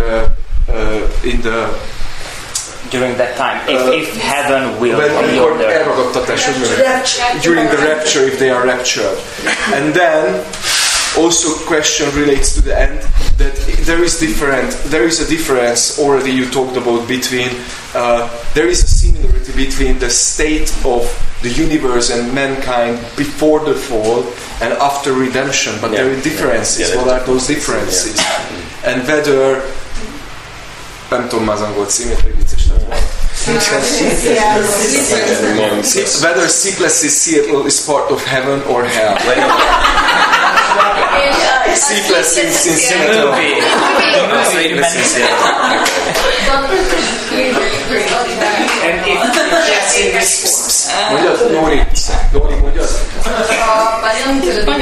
during that time, if heaven will be ordered. During the rapture, if they are raptured. And then also question relates to the end, that there is a difference already you talked about between there is a similarity between the state of the universe and mankind before the fall and after redemption, but there are differences. What are those differences? And whether nem tudom az angol címét, hogy vicces whether Sleepless in Seattle is part of heaven or hell. Sleepless in Seattle. Mondjad, Nóri, mondjad. Ha nem tudod,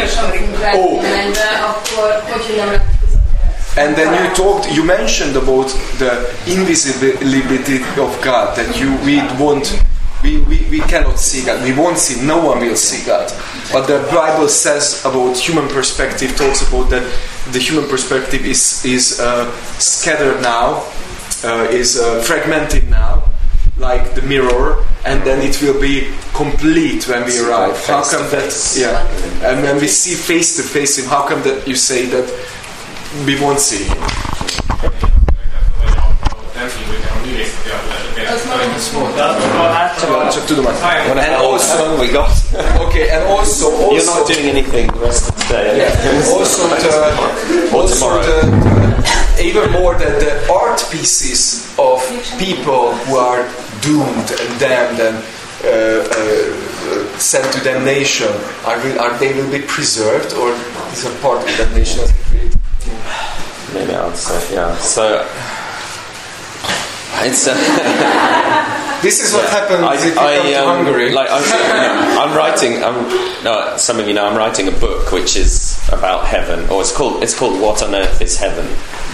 akkor hogy nem lehet. And then you mentioned about the invisibility of God, that we cannot see God, we won't see, no one will see God. But the Bible says about human perspective, talks about that the human perspective is scattered now, is fragmented now, like the mirror, and then it will be complete when we arrive. How come that? Yeah, and when we see face to face Him, how come that you say that we won't see Him? And also we got. Okay, and also you're not doing anything the rest of the day. Yeah, and also even more that the art pieces of people who are doomed and damned and sent to damnation, are they will be preserved, or is a part of damnation as created? Maybe I'll say, yeah. So it's this is what happens if you come to Hungary. Like I'm writing. Some of you know I'm writing a book which is about heaven, or it's called What on Earth is Heaven.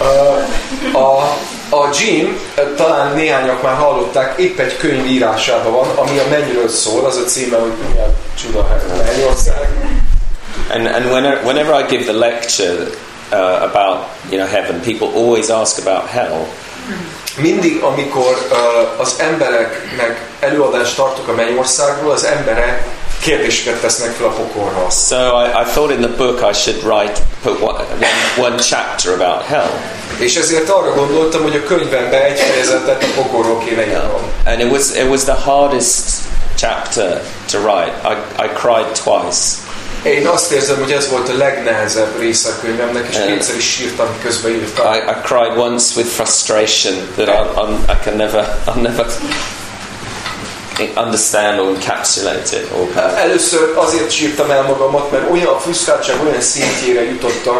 A Jim, talán néhányak már hallották, épp egy könyv írásában van, ami a mennyről szól, az a címe, hogy milyen csuda Mennyország. And whenever I give the lecture about heaven, people always ask about hell. Mindig, amikor az embereknek előadást tartok a mennyországról, az emberek kérdéseket tesznek fel a pokolra. So I thought in the book I should put one chapter about hell. És ezért arra gondoltam, hogy a könyvemben egy fejezetet a pokolról kéne írnom. And it was the hardest chapter to write. I cried twice. Én azt érzem, hogy ez volt a legnehezebb része a könyvemnek, és kétszer is sírtam, közben írtam. I cried once with frustration that I'll never understand or encapsulate it. Először azért sírtam el magamat, mert olyan frusztráltság, olyan szintjére jutottam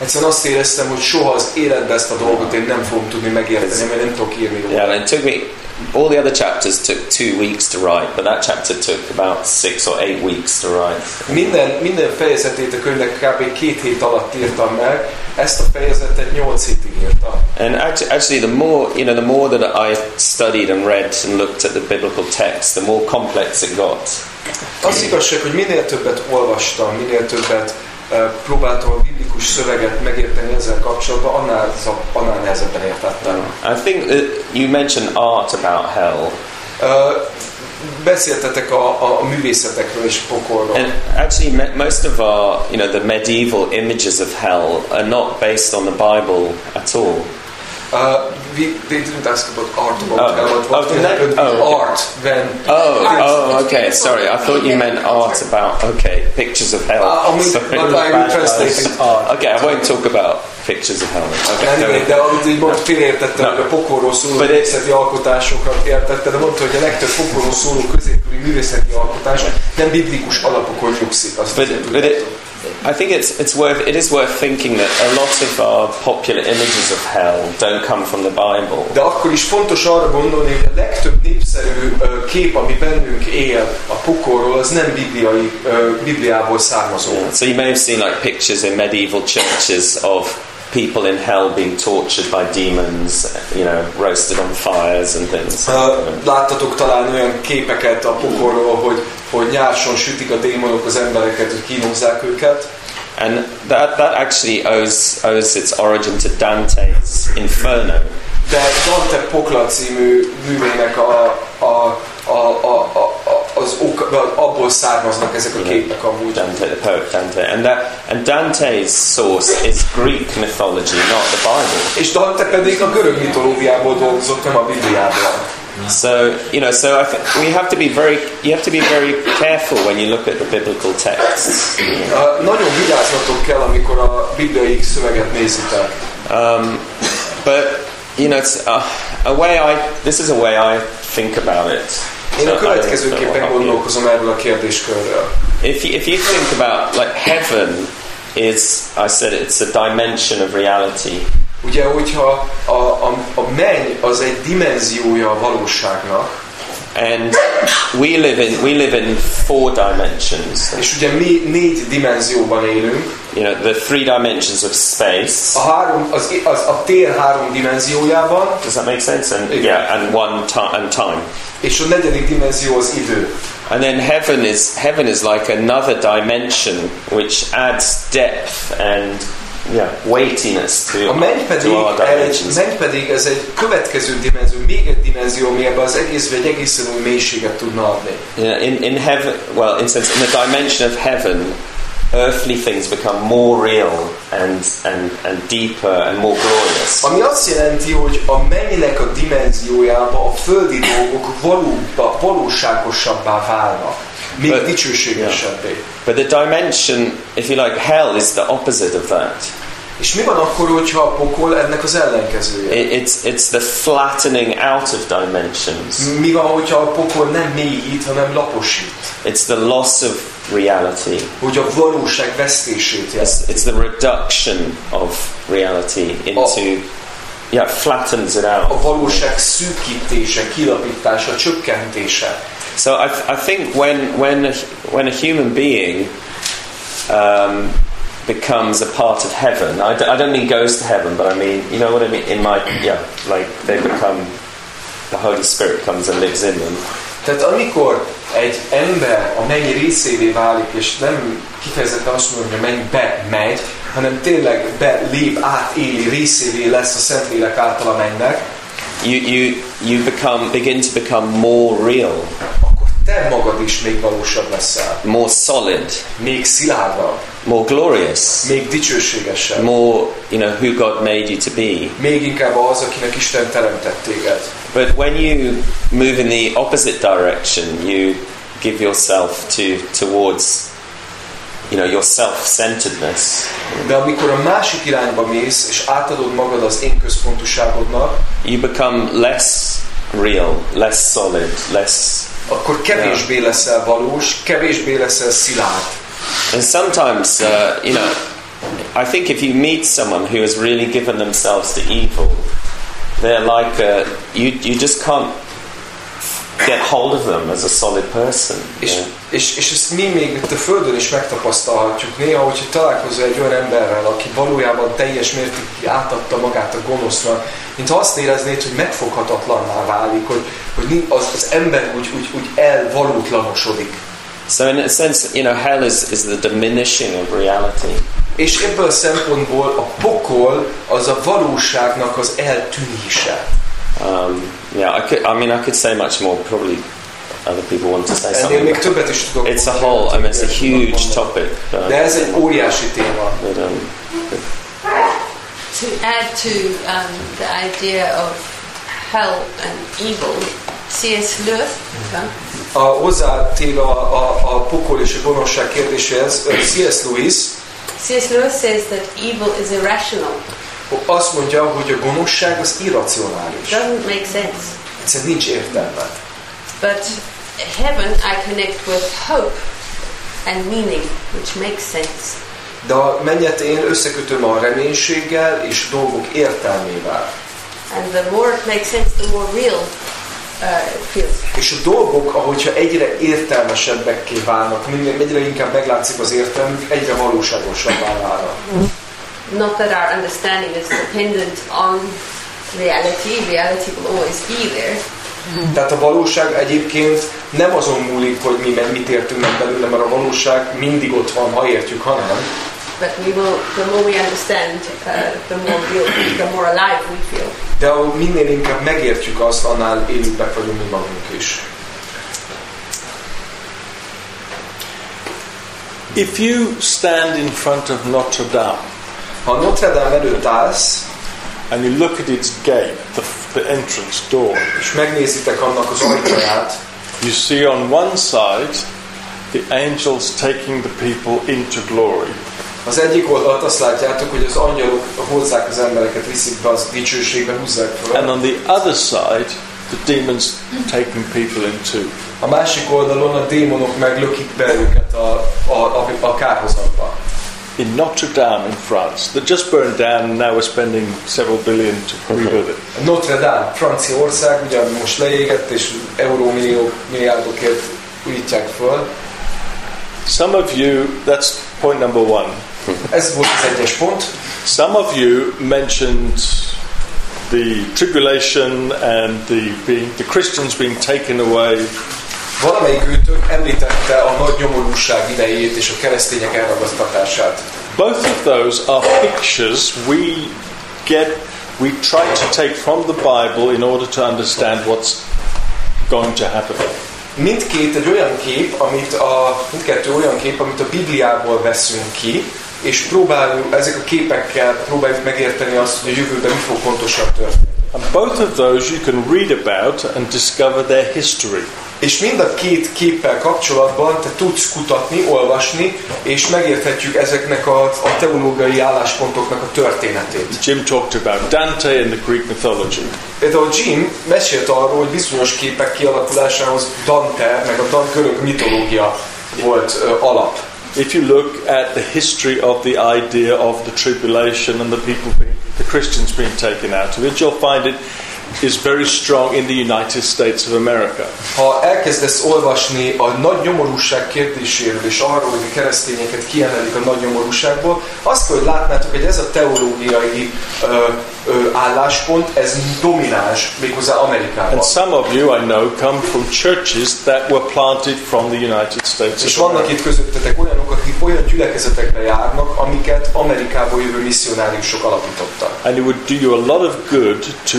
Egyszerűen azt éreztem, hogy soha az életben ezt a dolgot én nem fogom tudni megérteni, mert nem tudok írni róla. Yeah, it took me. All the other chapters took 2 weeks to write, but that chapter took about 6 or 8 weeks to write. Minden fejezetét a könyvnek kb. 2 hét alatt írtam meg, ezt a fejezetet 8 hétig írtam. And actually, the more that I studied and read and looked at the biblical text, the more complex it got. Az igazság, hogy minél többet olvastam, minél többet próbáltam a biblikus szöveget megérteni ezzel kapcsolatban, annál nehezebben értettem. I think that you mentioned art about hell. Beszéltetek a művészetekről és pokolról. And actually, most of our, the medieval images of hell are not based on the Bible at all. They didn't ask about art about hell, but what happened with art when... Okay, sorry, I thought you meant art about, pictures of hell. But I will translate art. Okay, I won't talk about pictures of hell. Okay, anyway, de amit így most félreértettem, hogy a pokolról szóló művészeti alkotásokat értette, de mondta, hogy a legtöbb pokolról szóló középkori művészeti alkotás nem biblikus alapokon nyugszik. I think it is worth thinking that a lot of our popular images of hell don't come from the Bible. De akkor is fontos arra gondolni, hogy a legtöbb népszerű kép, ami bennünk él a pokolról, az nem Bibliából származó. Yeah. So you may have seen like pictures in medieval churches of people in hell being tortured by demons, roasted on fires and things. Láttatok talán olyan képeket a pokolról, hogy nyárson sütik a démonok az embereket, hogy kínózzák őket. And that actually owes its origin to Dante's Inferno. De Dante Pokla című művének abból származnak ezek a képek amúgy. Dante, the poet Dante. And Dante's source is Greek mythology, not the Bible. És Dante pedig a görög mitológiából dolgozott, nem a Bibliából. So I think you have to be very careful when you look at the biblical texts. Nagyon vigyázzatok kell, amikor a bibliai szöveget nézitek. But it's this is a way I think about it. Én a következőképpen gondolkozom erről a kérdéskörről. If you think about like heaven is, I said it's a dimension of reality. Ugye, hogyha a menny az egy dimenziója a valóságnak. And we live in 4 dimensions. És ugye mi 4 dimenzióban élünk. The 3 dimensions of space. A tér 3 dimenziójában. Does that make sense? And time. És a 4. dimenzió az idő. And then heaven is like another dimension which adds depth and weightiness to our dimensions. Menny pedig ez egy következő dimenzió, még egy dimenzió, ami ebben az egészben egy egészen új mélységet tudna adni. In heaven, in the dimension of heaven, earthly things become more real and deeper and more glorious. Ami azt jelenti, hogy a mennynek a dimenziójában a földi dolgok valóságosabbá válnak. Még dicsőségesebbé. But the dimension, if you like, hell is the opposite of that. És mi van akkor, hogyha a pokol ennek az ellenkezője? It's the flattening out of dimensions. Mi van, hogyha a pokol nem mélyít, hanem laposít? It's the loss of reality. Hogy a valóság vesztését jelenti. It's the reduction of reality into flattens it out. A valóság szűkítése, kilapítása, csökkentése. So I think when a human being becomes a part of heaven, I don't mean goes to heaven, but I mean, you know what I mean? Like they become, the Holy Spirit comes and lives in them. Tehát amikor egy ember a menny részévé válik, és nem kifejezetten azt mondja, hogy a mennybe megy, hanem tényleg belép, átéli, részévé lesz a Szentlélek által a mennynek, you begin to become more real. Akkor te magad is még valósabb leszel. More solid. Még szilárdabb. More glorious. Még dicsőségesebb. More, who God made you to be. Még inkább az, akinek Isten teremtett téged. But when you move in the opposite direction, you give yourself towards your self-centeredness. De amikor a másik irányba mész, és átadod magad az én központúságodnak, you become less real, less solid, less. Akkor kevésbé leszel valós, kevésbé leszel szilárd. And sometimes, I think if you meet someone who has really given themselves to evil, they're like you just can't get hold of them as a solid person. És ezt mi még itt a Földön is megtapasztalhatjuk. Néha, hogyha találkozol egy olyan emberrel, aki valójában teljes mértékig átadta magát a gonosznak, mintha azt éreznéd, hogy megfoghatatlanná válik, hogy az ember úgy elvalótlanosodik. So in a sense, hell is the diminishing of reality. És ebből a szempontból a pokol az a valóságnak az eltűnése. I could say much more. Probably other people want to say something. Még többet is tudok. It's a whole. It's a huge topic. De ez egy óriási téma. To add to the idea of hell and evil, C.S. Lewis. Hozzátéve a pokol és a gonoszság kérdéséhez, C.S. Lewis says that evil is irrational. Azt mondja, hogy a gonoszság az irracionális. Doesn't make sense. Egyszerűen nincs értelme. But heaven I connect with hope and meaning, which makes sense. De a mennyet én összekötöm a reménységgel és dolgok értelmével. And the more it makes sense, the more real it feels. És a dolgok, ahogyha egyre értelmesebbekké válnak, egyre inkább meglátszik az értelmük, egyre valóságosabbá válnak. Not that our understanding is dependent on reality. Reality will always be there. Tehát a valóság egyébként nem azon múlik, hogy mi mit értünk meg belőle, mert a valóság mindig ott van, ha értjük, ha nem. But the more we understand, the more alive we feel. De minél inkább megértjük azt, annál élőbbek vagyunk mi magunk is. If you stand in front of Notre Dame, ha Notre Dame előtt állsz, and you look at its gate, the entrance door, és megnézitek annak az ajtaját, you see on one side the angels taking the people into glory. Az egyik oldalt azt látjátok, hogy az angyalok hozzák az embereket, viszik be az dicsőségbe, húzzák fel. And on the other side, the demons taking people into. A másik oldalon a démonok meglökik be őket a kárhozatba. In Notre Dame in France, that just burned down, and now we're spending several billion to rebuild it. Notre Dame, Franciaország, ugyan most leégett, és milliárdokért újítják föl. Some of you, that's point number one. Ez volt az egyes pont. Some of you mentioned the tribulation and the Christians being taken away. Valamelyikőtök említette a nagy nyomorúság idejét és a keresztények elragasztatását. Both of those are pictures we try to take from the Bible in order to understand what's going to happen. Mindkettő olyan kép, amit a Bibliából veszünk ki, és ezek a képekkel próbáljuk megérteni azt, hogy a jövőben mi fog pontosan történni. And both of those you can read about and discover their history. És mind a két képpel kapcsolatban te tudsz kutatni, olvasni, és megérthetjük ezeknek a teológiai álláspontoknak a történetét. Jim talked about Dante and the Greek mythology. Például Jim mesélt arról, hogy bizonyos képek kialakulásához Dante, meg a görög mitológia volt alap. If you look at the history of the idea of the tribulation and the Christians being taken out of it, you'll find it is very strong in the United States of America. Ha elkezdesz olvasni a nagy nyomorúság kérdéséről és arról, hogy a keresztényeket kiemelik a nagy nyomorúságból, azt kell, hogy látnátok, hogy ez a teológiai álláspont, ez domináns méghozzá Amerikában. And some of you, I know, come from churches that were planted from the United States. És vannak itt közöttetek olyanok, akik olyan gyülekezetekre járnak, amiket Amerikából jövő misszionáriusok alapítottak. And it would do you a lot of good to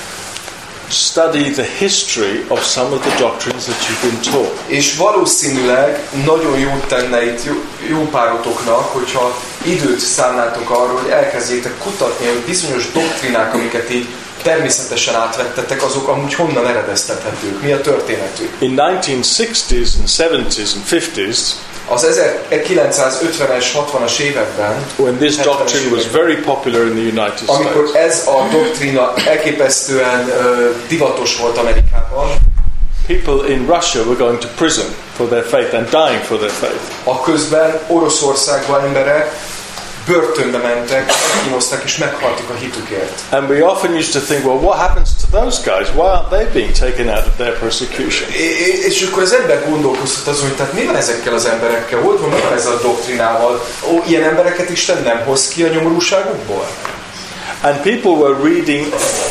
study the history of some of the doctrines that you've been taught. És valószínűleg nagyon jót tenne itt jó párotoknak, hogyha időt szánnátok arra, hogy elkezdjétek kutatni, hogy bizonyos doktrinák, amiket így természetesen átvettetek, azok amúgy honnan eredeztethetők, mi a történetük. In 1960s and 70s and 50s, az 1950-es, 60-as években, when this doctrine was very popular in the United States, amikor ez a doktrina elképesztően divatos volt Amerikában, people in Russia were going to prison for their faith and dying for their faith. A közben Oroszországban emberek börtönbe mentek, megkínoztak és meghaltak a hitükért. And we often used to think, well, what happens to those guys? Why aren't they being taken out of their persecution? És akkor az ember gondolkoztat azon, hogy tehát mi van ezekkel az emberekkel? Hogy van ezzel a doktrinával? Ilyen embereket Isten nem hoz ki a nyomorúságukból? And people were reading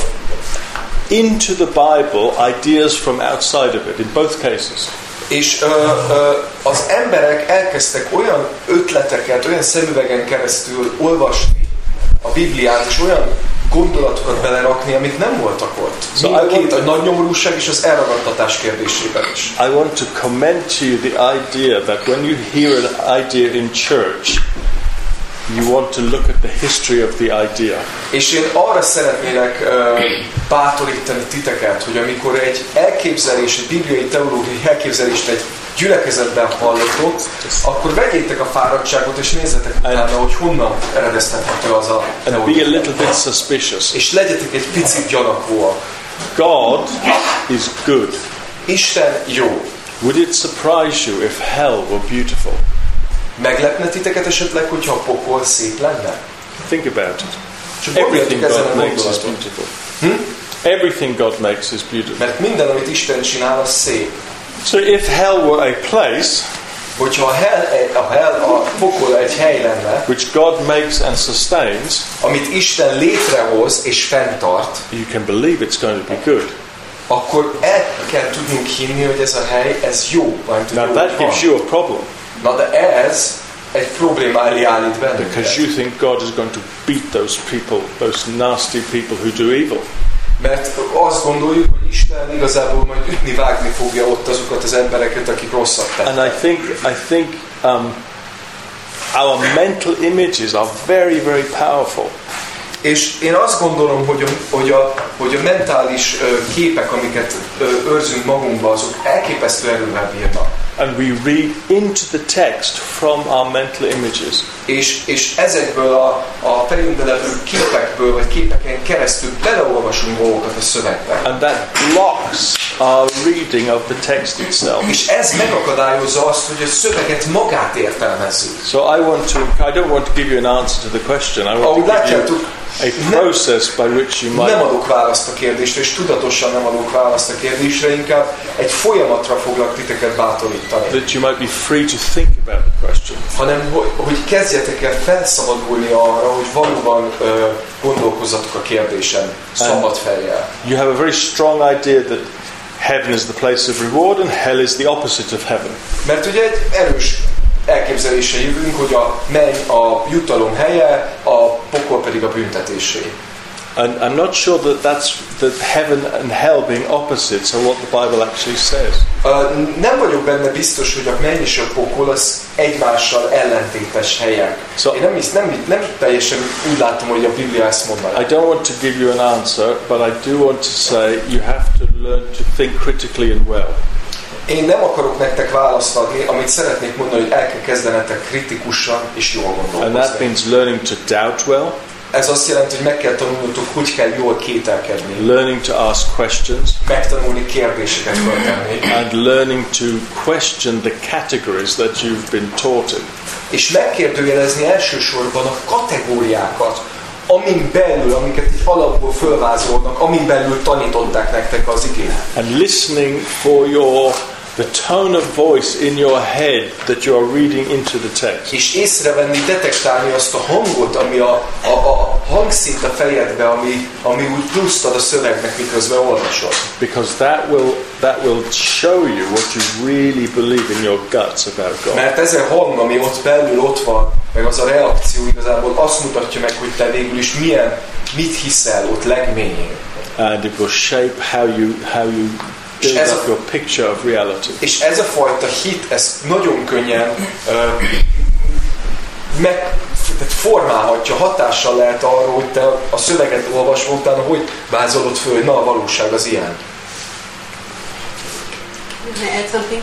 into the Bible ideas from outside of it, in both cases. És az emberek elkezdtek olyan ötleteket, olyan szemüvegen keresztül olvasni a Bibliát, és olyan gondolatokat belerakni, amik nem voltak ott. Mind a két, a nagy nyomorúság és az elragadtatás kérdésében is. I want to commend to you the idea that when you hear an idea in church, you want to look at the history of the idea. És én arra szeretnélek bátorítani titeket, hogy amikor egy elképzelés, egy bibliai teológiai elképzelést egy gyülekezetben hallottok, akkor vegyétek a fáradtságot és nézzetek utána, hogy honnan eredeztethető az a teológia. And be a little bit suspicious. És legyetek egy picit gyanakvóak. God is good. Isten jó. Would it surprise you if hell were beautiful? Meglepne titeket esetleg, hogyha a pokol szép lenne? Think about it. Everything God makes is beautiful. Everything God makes is beautiful. Mert minden, amit Isten csinál, az szép. So if hell were a place, hogyha a pokol egy hely lenne, which God makes and sustains, amit Isten létrehoz és fenntart, you can believe it's going to be good. Akkor el kell tudnunk hinni, hogy ez a hely, ez jó. Now that gives you a problem. Na de ez egy probléma elé állít bennünket. Because you think God is going to beat those people, those nasty people who do evil. Mert azt gondoljuk, hogy Isten igazából majd ütni, vágni fogja ott azokat az embereket, akik rosszat tettek. And I think our mental images are very, very powerful. És én azt gondolom, hogy a mentális képek, amiket őrzünk magunkba, azok elképesztő erővel bírnak. And we read into the text from our mental images. És ezekből a fejünkbe levő képekből, vagy képeken keresztül beleolvasunk dolgokat a szövegbe. And that blocks our reading of the text itself. És ez megakadályozza azt, hogy a szöveget magát értelmezzük. So I don't want to give you an answer to the question. I want to give you a process by which you might... Nem adok választ a kérdésre, és tudatosan nem adok választ a kérdésre, inkább egy folyamatra foglak titeket bátorítani. That you might be free to think about the question. Hanem, hogy kezdjetek el felszabadulni arra, hogy valóban gondolkozzatok a kérdésen, szabad fejjel. You have a very strong idea that heaven is the place of reward and hell is the opposite of heaven. Mert ugye egy erős elképzelése jövünk, hogy a menny a jutalom helye, a pokol pedig a büntetésé. And I'm not sure that heaven and hell being opposites are what the Bible actually says. Nem vagyok benne biztos, hogy a menny és a pokol az egymással ellentétes helyek. Én nem teljesen úgy látom, hogy a Biblia ezt mondaná. I don't want to give you an answer, but I do want to say you have to learn to think critically and well. Én nem akarok nektek választ adni, amit szeretnék mondani, hogy el kell kezdenetek kritikusan és jól gondolkozni. And that means learning to doubt well. Ez azt jelenti, hogy meg kell tanulnotok, hogy kell jól kételkedni. Learning to ask questions. Megtanulni kérdéseket föltenni. And learning to question the categories that you've been taught in. És megkérdőjelezni elsősorban a kategóriákat, amin belül, amiket így alapból fölvázolnak, amin belül tanították nektek az igét. And listening for the tone of voice in your head that you are reading into the text. És észrevenni, detektálni azt a hangot, ami a hangszint a fejedbe, ami úgy pluszt ad a szövegnek, miközben olvasod. Because that will show you what you really believe in your guts about God. Mert ez a hang, ami ott belül ott van, meg az a reakció igazából azt mutatja meg, hogy te végül is mit hiszel ott legmélyén. And it will shape how you build up your picture of reality. És ez a fajta hit, ez nagyon könnyen formálhatja, hatással lehet arra, hogy te a szöveget olvasva utána, hogy vázolod föl, hogy na, a valóság az ilyen. Can I add something?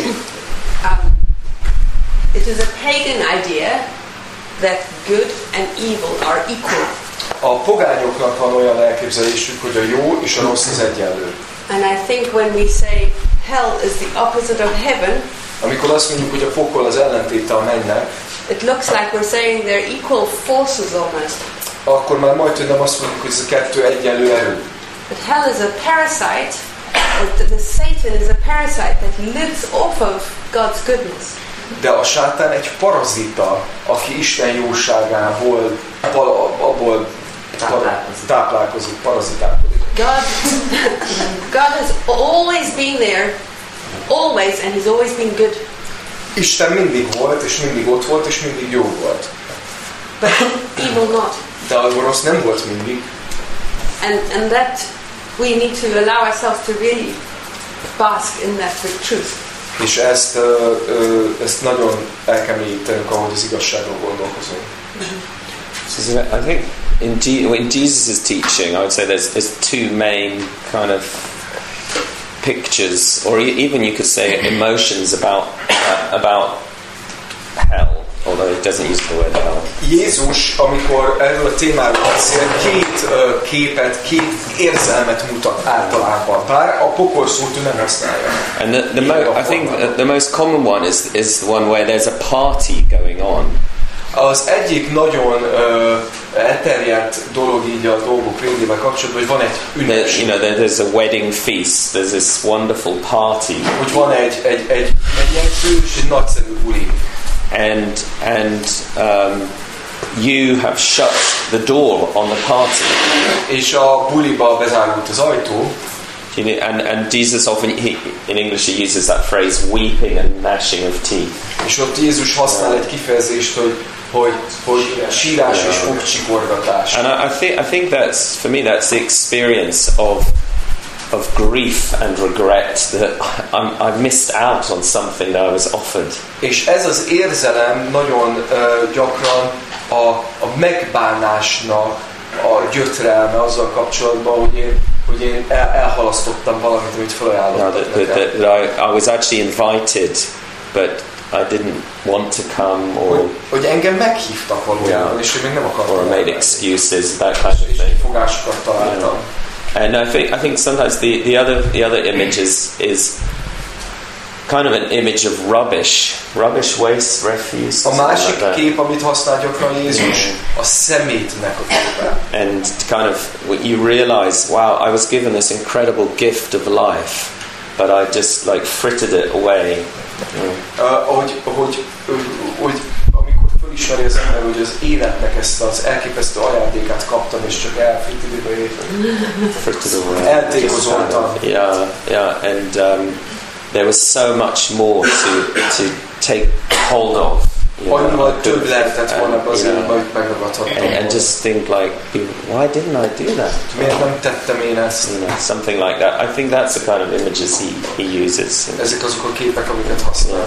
It is a pagan idea that good and evil are equal. A pogányoknak van olyan elképzelésük, hogy a jó és a rossz az egyenlő. And I think when we say hell is the opposite of heaven, amikor azt mondjuk, hogy a pokol az ellentéte a mennynek, it looks like we're saying they're equal forces almost. Akkor már majd nem azt mondjuk, hogy ez a kettő egyenlő erő. But hell is a parasite, the Satan is a parasite that lives off of God's goodness. De a sátán egy parazita, aki Isten jóságából abból táplálkozik, parazitálkodik. God has always been there, always, and He's always been good. Isten mindig volt, és mindig ott volt, és mindig jó volt. But evil not. De a rossz nem volt mindig. And that we need to allow ourselves to really bask in that truth. És ezt nagyon el kell mélyítenünk, ahogy az igazságról gondolkozunk. So I think in Jesus' teaching, I would say there's two main kind of pictures, or even you could say emotions about hell, although it doesn't use the word hell. Jézus, amikor erről a témáról beszél, két képet, két érzelmet mutat általában, bár a pokol szót ő nem használja. And I think the most common one is the one where there's a party going on. Az egyik nagyon elterjedt dolog így a dolgok végével kapcsolatban, hogy van egy ünnepség. There's a wedding feast. There's this wonderful party. Hogy van egy ilyen fős, egy nagyszerű buli. And you have shut the door on the party. És a buliba bezárult az ajtó. And Jesus often, in English, he uses that phrase, weeping and gnashing of teeth. És ott Jézus használ egy kifejezést, hogy sírás és fogcsikorgatás. And I think that's, for me, that's the experience of grief and regret that I missed out on something that I was offered. És ez az érzelem nagyon gyakran a megbánásnak a gyötrelme azzal kapcsolatban, hogy én elhalasztottam valamit, amit felajánlottak nekem. I was actually invited, but I didn't want to come, or hogy engem meghívtak valójában, és én még nem akartam. Or made excuses, that kind of thing. Fogásokat találtam. And I think sometimes the other image is kind of an image of rubbish, waste, refuse. A másik kép, amit használ gyakran Jézus, a szemétnek a képe. And kind of you realize, wow, I was given this incredible gift of life, but I just like frittered it away. Hogy amikor felismeri az ember, hogy az életnek ezt az elképesztő ajándékát kaptam, és csak eltékozoltam. Yeah, and there was so much more to take hold of. Annyival több lehetett volna azért, hogy megragadhattam. And just think like, why didn't I do that? Miért nem tettem én ezt? Something like that. I think that's the kind of images he uses. Ezek azok a képek, amiket használ.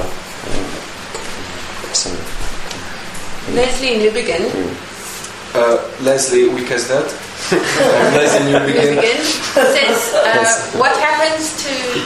Leslie Newbegin. Leslie új kezdet. Leslie Newbegin says, what happens to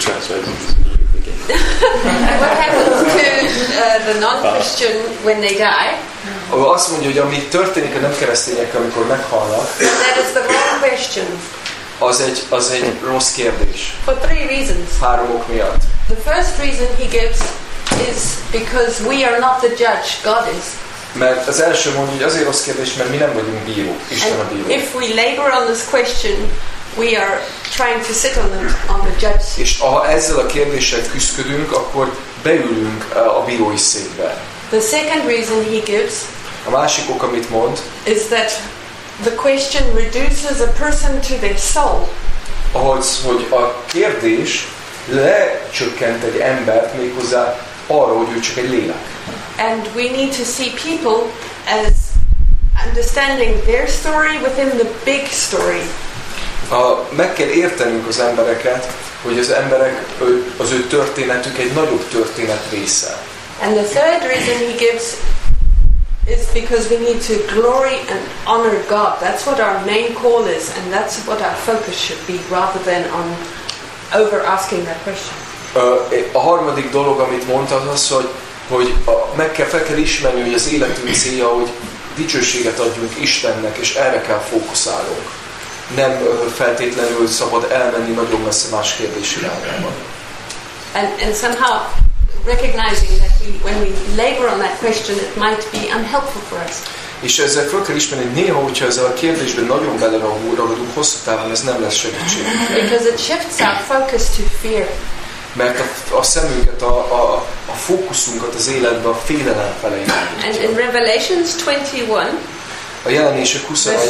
what happens to the non-Christian when they die? Azt mondja, hogy ami történik a nem keresztényekkel, amikor meghalnak, that is the wrong question. Az egy rossz kérdés. For three reasons. 3 ok miatt. The first reason he gives is because we are not the judge, God is. Mert az első mondja, hogy azért rossz kérdés, mert mi nem vagyunk bírók, Isten a bíró. If we labor on this question, we are trying to sit on the judge. És ha ezzel a kérdéssel küzdködünk, akkor beülünk a bírói székbe. The second reason he gives, a másik ok, amit mond, is that the question reduces a person to their soul. Az, hogy a kérdés lecsökkent egy embert méghozzá arra, hogy ő csak egy lélek. And we need to see people as understanding their story within the big story. Meg kell értenünk az embereket, hogy az emberek, az ő történetük egy nagyobb történet része. And the third reason he gives is because we need to glory and honor God. That's what our main call is, and that's what our focus should be, rather than on over asking that question. A harmadik dolog, amit mondta, az, hogy fel kell ismerni, hogy az életünk célja, hogy dicsőséget adjunk Istennek, és erre kell fókuszálnunk. Nem feltétlenül szabad elmenni nagyon messze más kérdés irányába. And somehow recognizing that when we labor on that question, it might be unhelpful for us. És ezzel fel kell ismerni, hogy néha, hogyha ezzel a kérdésben nagyon beleragadunk, hosszú távon ez nem lesz segítség. Because it shifts our focus to fear. Mert a szemünket, a fókuszunkat az életben a félelem felé. And in Revelations 21, a Jelenések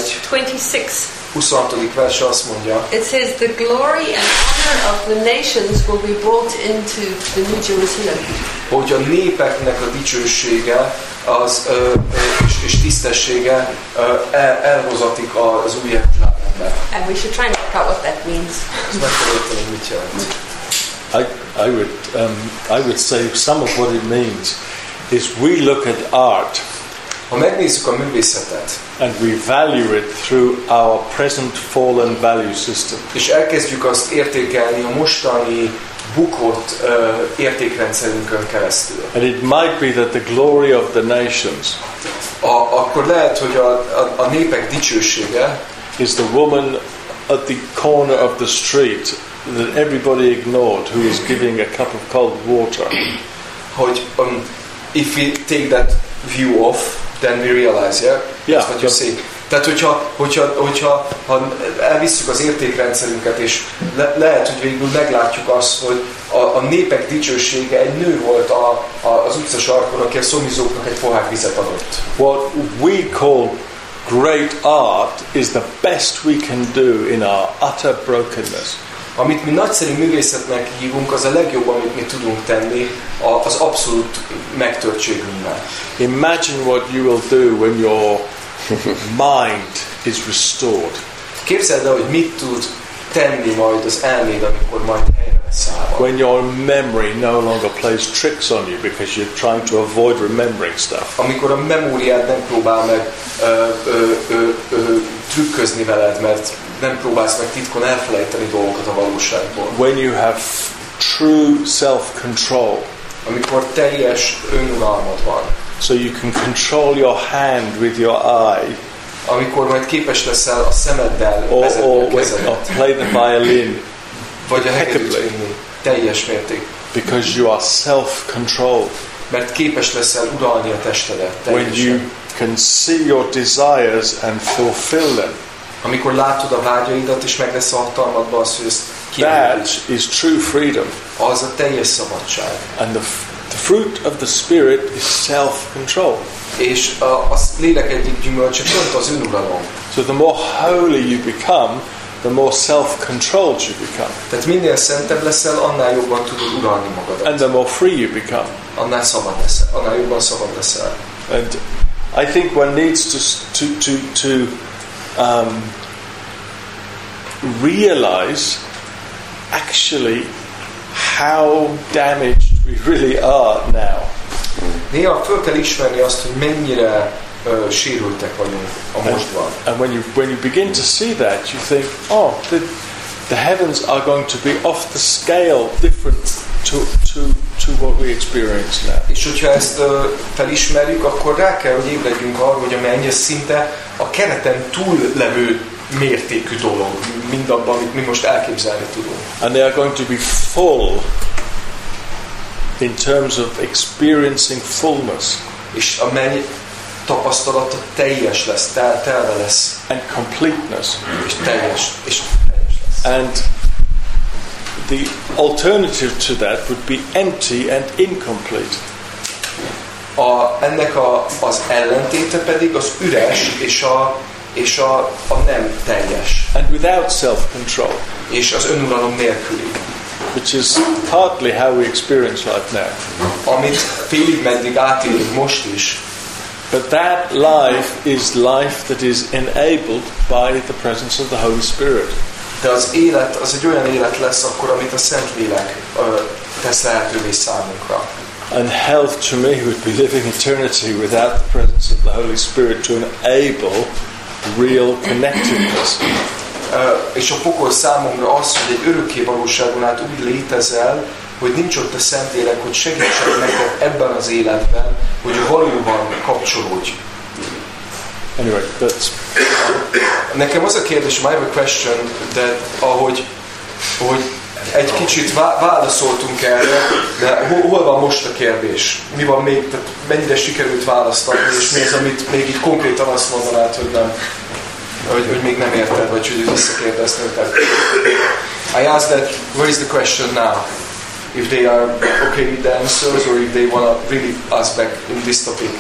26. verse azt mondja, it says the glory and honor of the nations will be brought into the New Jerusalem. Hogy a népeknek a dicsősége és tisztessége elhozatik az új Jeruzsálembe. And we should try and work out what that means. Ezt meg kell érteni, mit jelent. I would say some of what it means is we look at art. Ha megnézzük a művészetet, and we value it through our present fallen value system. És elkezdjük azt értékelni a mostani bukott értékrendszerünkön keresztül. And it might be that the glory of the nations akkor lehet, hogy a népek dicsősége is the woman at the corner of the street that everybody ignored who was giving a cup of cold water. Hogy if we take that view off, then we realize, yeah? That's what you see. Tehát, hogyha elvisszük az értékrendszerünket, és lehet, hogy végül meglátjuk azt, hogy a népek dicsősége egy nő volt az utcasarkon, aki a szomjizóknak egy pohár vizet adott. What we call great art is the best we can do in our utter brokenness. Amit mi nagyszerű művészetnek hívunk, az a legjobb, amit mi tudunk tenni az abszolút megtörtségünkben. Imagine what you will do when your mind is restored. Képzeld el, hogy mit tud tenni majd az elméd, amikor majd helyre lesz állva. When your memory no longer plays tricks on you because you're trying to avoid remembering stuff. Amikor a memóriád nem próbál meg trükközni veled, mert nem próbálsz meg titkon elfelejteni dolgokat a valóságból. When you have true self-control. Amikor teljes önuralmad van. So you can control your hand with your eye. Amikor majd képes leszel a szemeddel vezetni a kezedet. Or play the violin. Vagy a hegedűt vinni. Teljes mérték. Because you are self-controlled. Mert képes leszel uralni a testedet. When you can see your desires and fulfill them. Amikor látod a vágyaidat és meg lesz a hatalmadban az, hogy ezt kielégíts. That is true freedom. Az a teljes szabadság. And the fruit of the Spirit is self-control. És a lélek egyik gyümölcse pont az önuralom. So the more holy you become, the more self-controlled you become. Tehát minél szentebb leszel, annál jobban tudod uralni magadat. And the more free you become. Annál szabad leszel, annál jobban szabad leszel. And I think one needs to realize actually how damaged we really are now. Néha föl kell ismerni azt, hogy mennyire sérültek vagyunk a mostban. And when you begin to see that, you think, oh, the heavens are going to be off the scale different to what we experience now. És hogyha ezt felismerjük, akkor rá kell, hogy ébredjünk arra, hogy a menny szinte a kereten túl levő mértékű dolog, mindabban, amit mi most elképzelni tudunk. And they are going to be full in terms of experiencing fullness. És a menny tapasztalata teljes lesz, telve lesz. And completeness. És teljes lesz. And the alternative to that would be empty and incomplete. Ennek az ellentéte pedig az üres és a nem teljes. And without self-control. És az önuralom nélküli. Which is partly how we experience life now. Amit félig meddig átélünk most is. But that life is life that is enabled by the presence of the Holy Spirit. De az élet, az egy olyan élet lesz akkor, amit a Szentlélek tesz lehetővé számunkra. And health to me would be living eternity without the presence of the Holy Spirit to enable real connectedness. És a pokol számomra az, hogy egy örökké valóságon át úgy létezel, hogy nincs ott a Szentlélek, hogy segítsen neked ebben az életben, hogy valóban kapcsolódj. Anyway, that's... Nekem az a kérdés, I have a question, hogy egy kicsit válaszoltunk erre, de hol van most a kérdés? Mi van még, tehát mennyire sikerült választani, és mi az, amit még így konkrétan azt mondanád, hogy nem, hogy még nem érted, vagy hogy visszakérdezni őket. I asked that, where is the question now? If they are okay with the answers, or if they want to really ask back in this topic.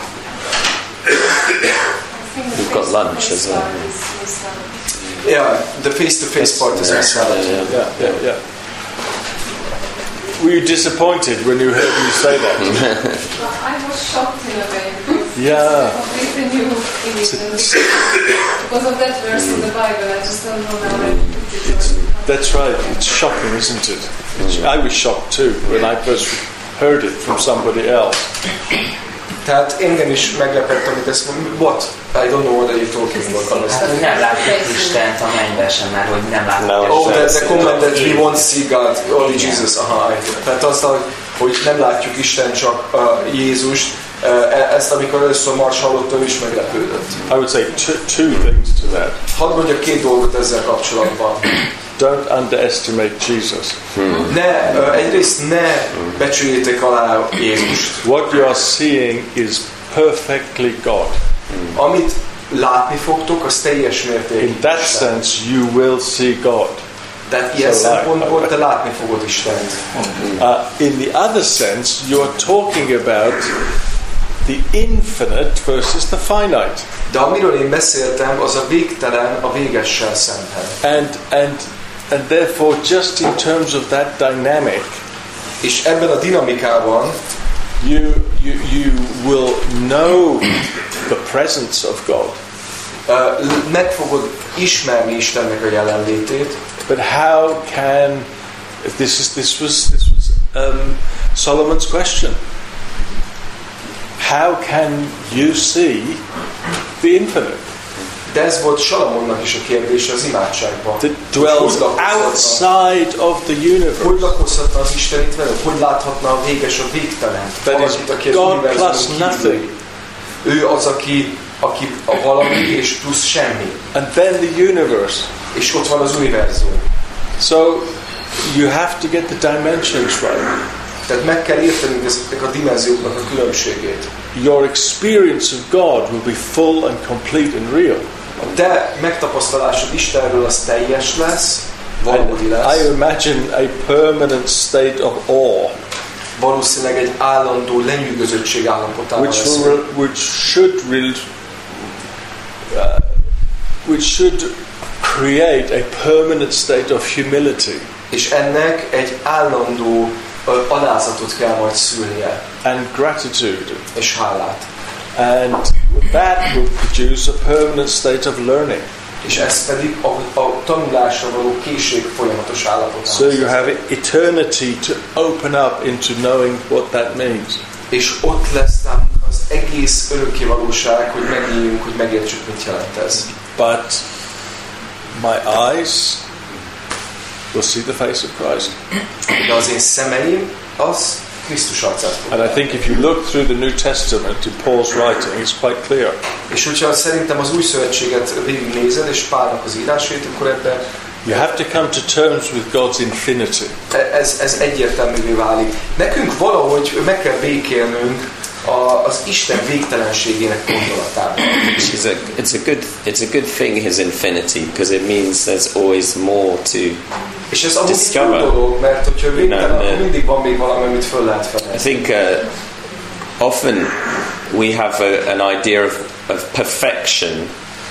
We've got lunch as well. Yeah, the face-to-face part is also Yeah. Were you disappointed when you heard me say that? I was shocked in a way. Yeah. Completely new English. Because of that verse in the Bible, I just don't know how I put it. That's right. It's shocking, isn't it? I was shocked too when I first heard it from somebody else. Tehát engem is meglepett, amit ezt mondom. What? I don't know what are you talking about. Hát, hogy nem látjuk Istent a mennyben sem, mert hogy nem látjuk. Oh, that's the comment that we won't see God, only Jesus. Aha, tehát azt, hogy nem látjuk Isten, csak Jézust. Ezt, amikor először Mars hallottam, is meglepődött. I would say two things to that. Hadd mondjak két dolgot ezzel kapcsolatban. Don't underestimate Jesus. Egyrészt ne becsüljétek alá Jézust. What you are seeing is perfectly God. Amit látni fogtok, az teljes mértékben. In that sense, you will see God. Tehát ilyen szempontból te látni fogod Istent. In the other sense, you are talking about the infinite versus the finite. De amiről én beszéltem, az a végtelen a végessel szemben. And therefore, just in terms of that dynamic, és ebben a dinamikában, you will know the presence of God. Meg fogod ismerni Istennek a jelenlétét. But how can this was Solomon's question? How can you see the infinite? De ez volt Salamonnak is a kérdése az imádságban. That dwells outside of the universe. Hogy lakozhatna az Isten itt veled? Hogy láthatna a véges a végtelen? That is God plus nothing. Ő az, aki a valami és plusz semmi. And then the universe. És ott van az univerzum. So you have to get the dimensions right. Tehát meg kell értenünk ezeknek a dimenzióknak a különbségét. Your experience of God will be full and complete and real. A te megtapasztalásod Istenről az teljes lesz, valódi lesz. I imagine a permanent state of awe. Valószínűleg egy állandó lenyűgözöttség állapotában lesz. Which should create a permanent state of humility. És ennek egy állandó alázatot kell majd szülnie. And gratitude. És hálát. And that will produce a permanent state of learning. És ez pedig a tanulásra való készség folyamatos állapotán. So you have eternity to open up into knowing what that means. És ott lesz az egész örökké valóság, hogy megnyíljunk, hogy megértsük, mit jelent ez. But my eyes will see the face of Christ. De az én szemeim az Krisztus arcát fogják. And I think if you look through the New Testament in Paul's writing, it's quite clear. És hogyha szerintem az új szövetséget végignézed, és Pálnak az írásait, akkor ebben you have to come to terms with God's infinity. Ez egyértelművé válik. Nekünk valahogy meg kell békélnünk az Isten végtelenségének gondolatában. It's a good thing his infinity, because it means there's always more to és ez amúgy jó dolog, mert hogyha végtelen, akkor mindig van még valami, amit föl lehet fedezni. I think often we have an idea of perfection,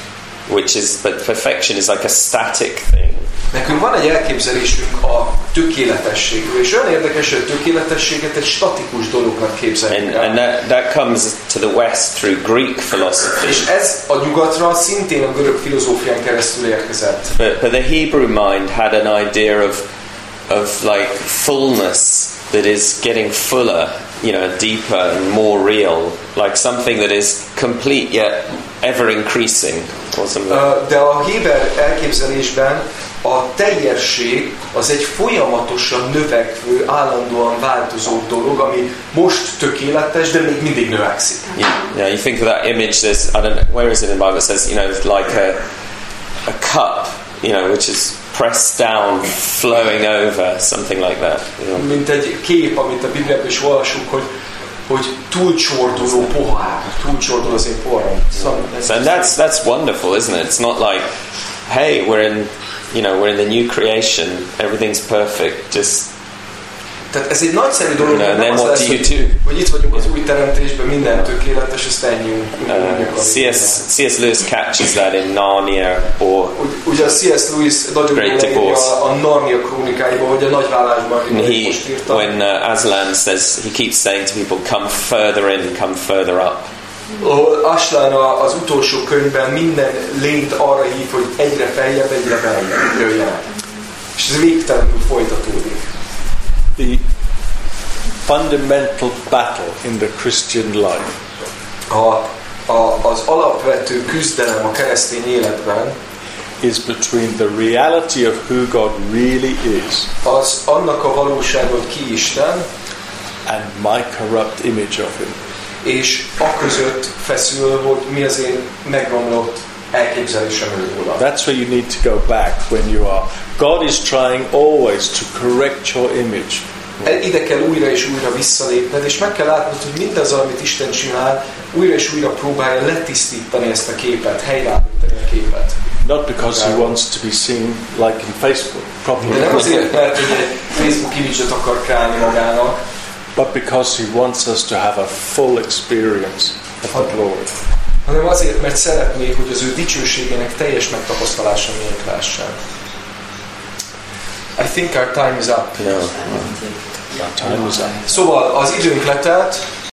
but perfection is like a static thing. Nekünk van egy elképzelésünk a tökéletességről, és olyan érdekes, hogy a tökéletességet egy statikus dolognak képzeljük el. And that comes to the West through Greek philosophy. És ez a nyugatra szintén a görög filozófián keresztül érkezett. But the Hebrew mind had an idea of like fullness that is getting fuller, deeper and more real, like something that is complete yet ever increasing. De a héber elképzelésben a teljesség az egy folyamatosan növekvő, állandóan változó dolog, ami most tökéletes, de még mindig növekszik. Yeah, you think of that image. There's, I don't know, where is it in the Bible? It says, it's like a cup, which is pressed down, flowing over, something like that. Mint egy kép, amit a Bibliában is olvasunk, hogy túlcsorduló pohár, túlcsordul az én poharam. And that's wonderful, isn't it? It's not like, hey, we're in the new creation, everything's perfect, just. Tehát ez egy nagyszerű dolog, nem az lesz, hogy itt vagyunk az új teremtésben, minden tökéletes, ezt ennyi. C.S. Lewis catches that in Narnia, or ugye a C.S. Lewis nagyon jól a Narnia krónikáiban, vagy a Nagyvállásban, amit most írtam. When Aslan says, he keeps saying to people, come further in, come further up. Aslan az utolsó könyvben minden lényt arra hív, hogy egyre feljebb jöjjenek. És ez végtelenül folytatódik. The fundamental battle in the Christian life az alapvető küzdelem a keresztény életben is between the reality of who God really is az annak a valóságot ki Isten and my corrupt image of him. És aközött feszül, hogy mi az én megromlott elképzelésem róla. That's where you need to go back when you are. God is trying always to correct your image. Ide kell újra és újra visszalépned, és meg kell látnod, hogy mindaz, amit Isten csinál, újra és újra próbálja letisztítani ezt a képet, helyreállítani a képet. Not because he wants to be seen like in Facebook, probably. De nem azért, mert egy Facebook image-et akar kreálni magának, but because he wants us to have a full experience of the glory. Hanem azért, mert szeretné, hogy az ő dicsőségének teljes megtapasztalása miért lássák. I think our time is up. Our time is up. Szóval az időnk letelt.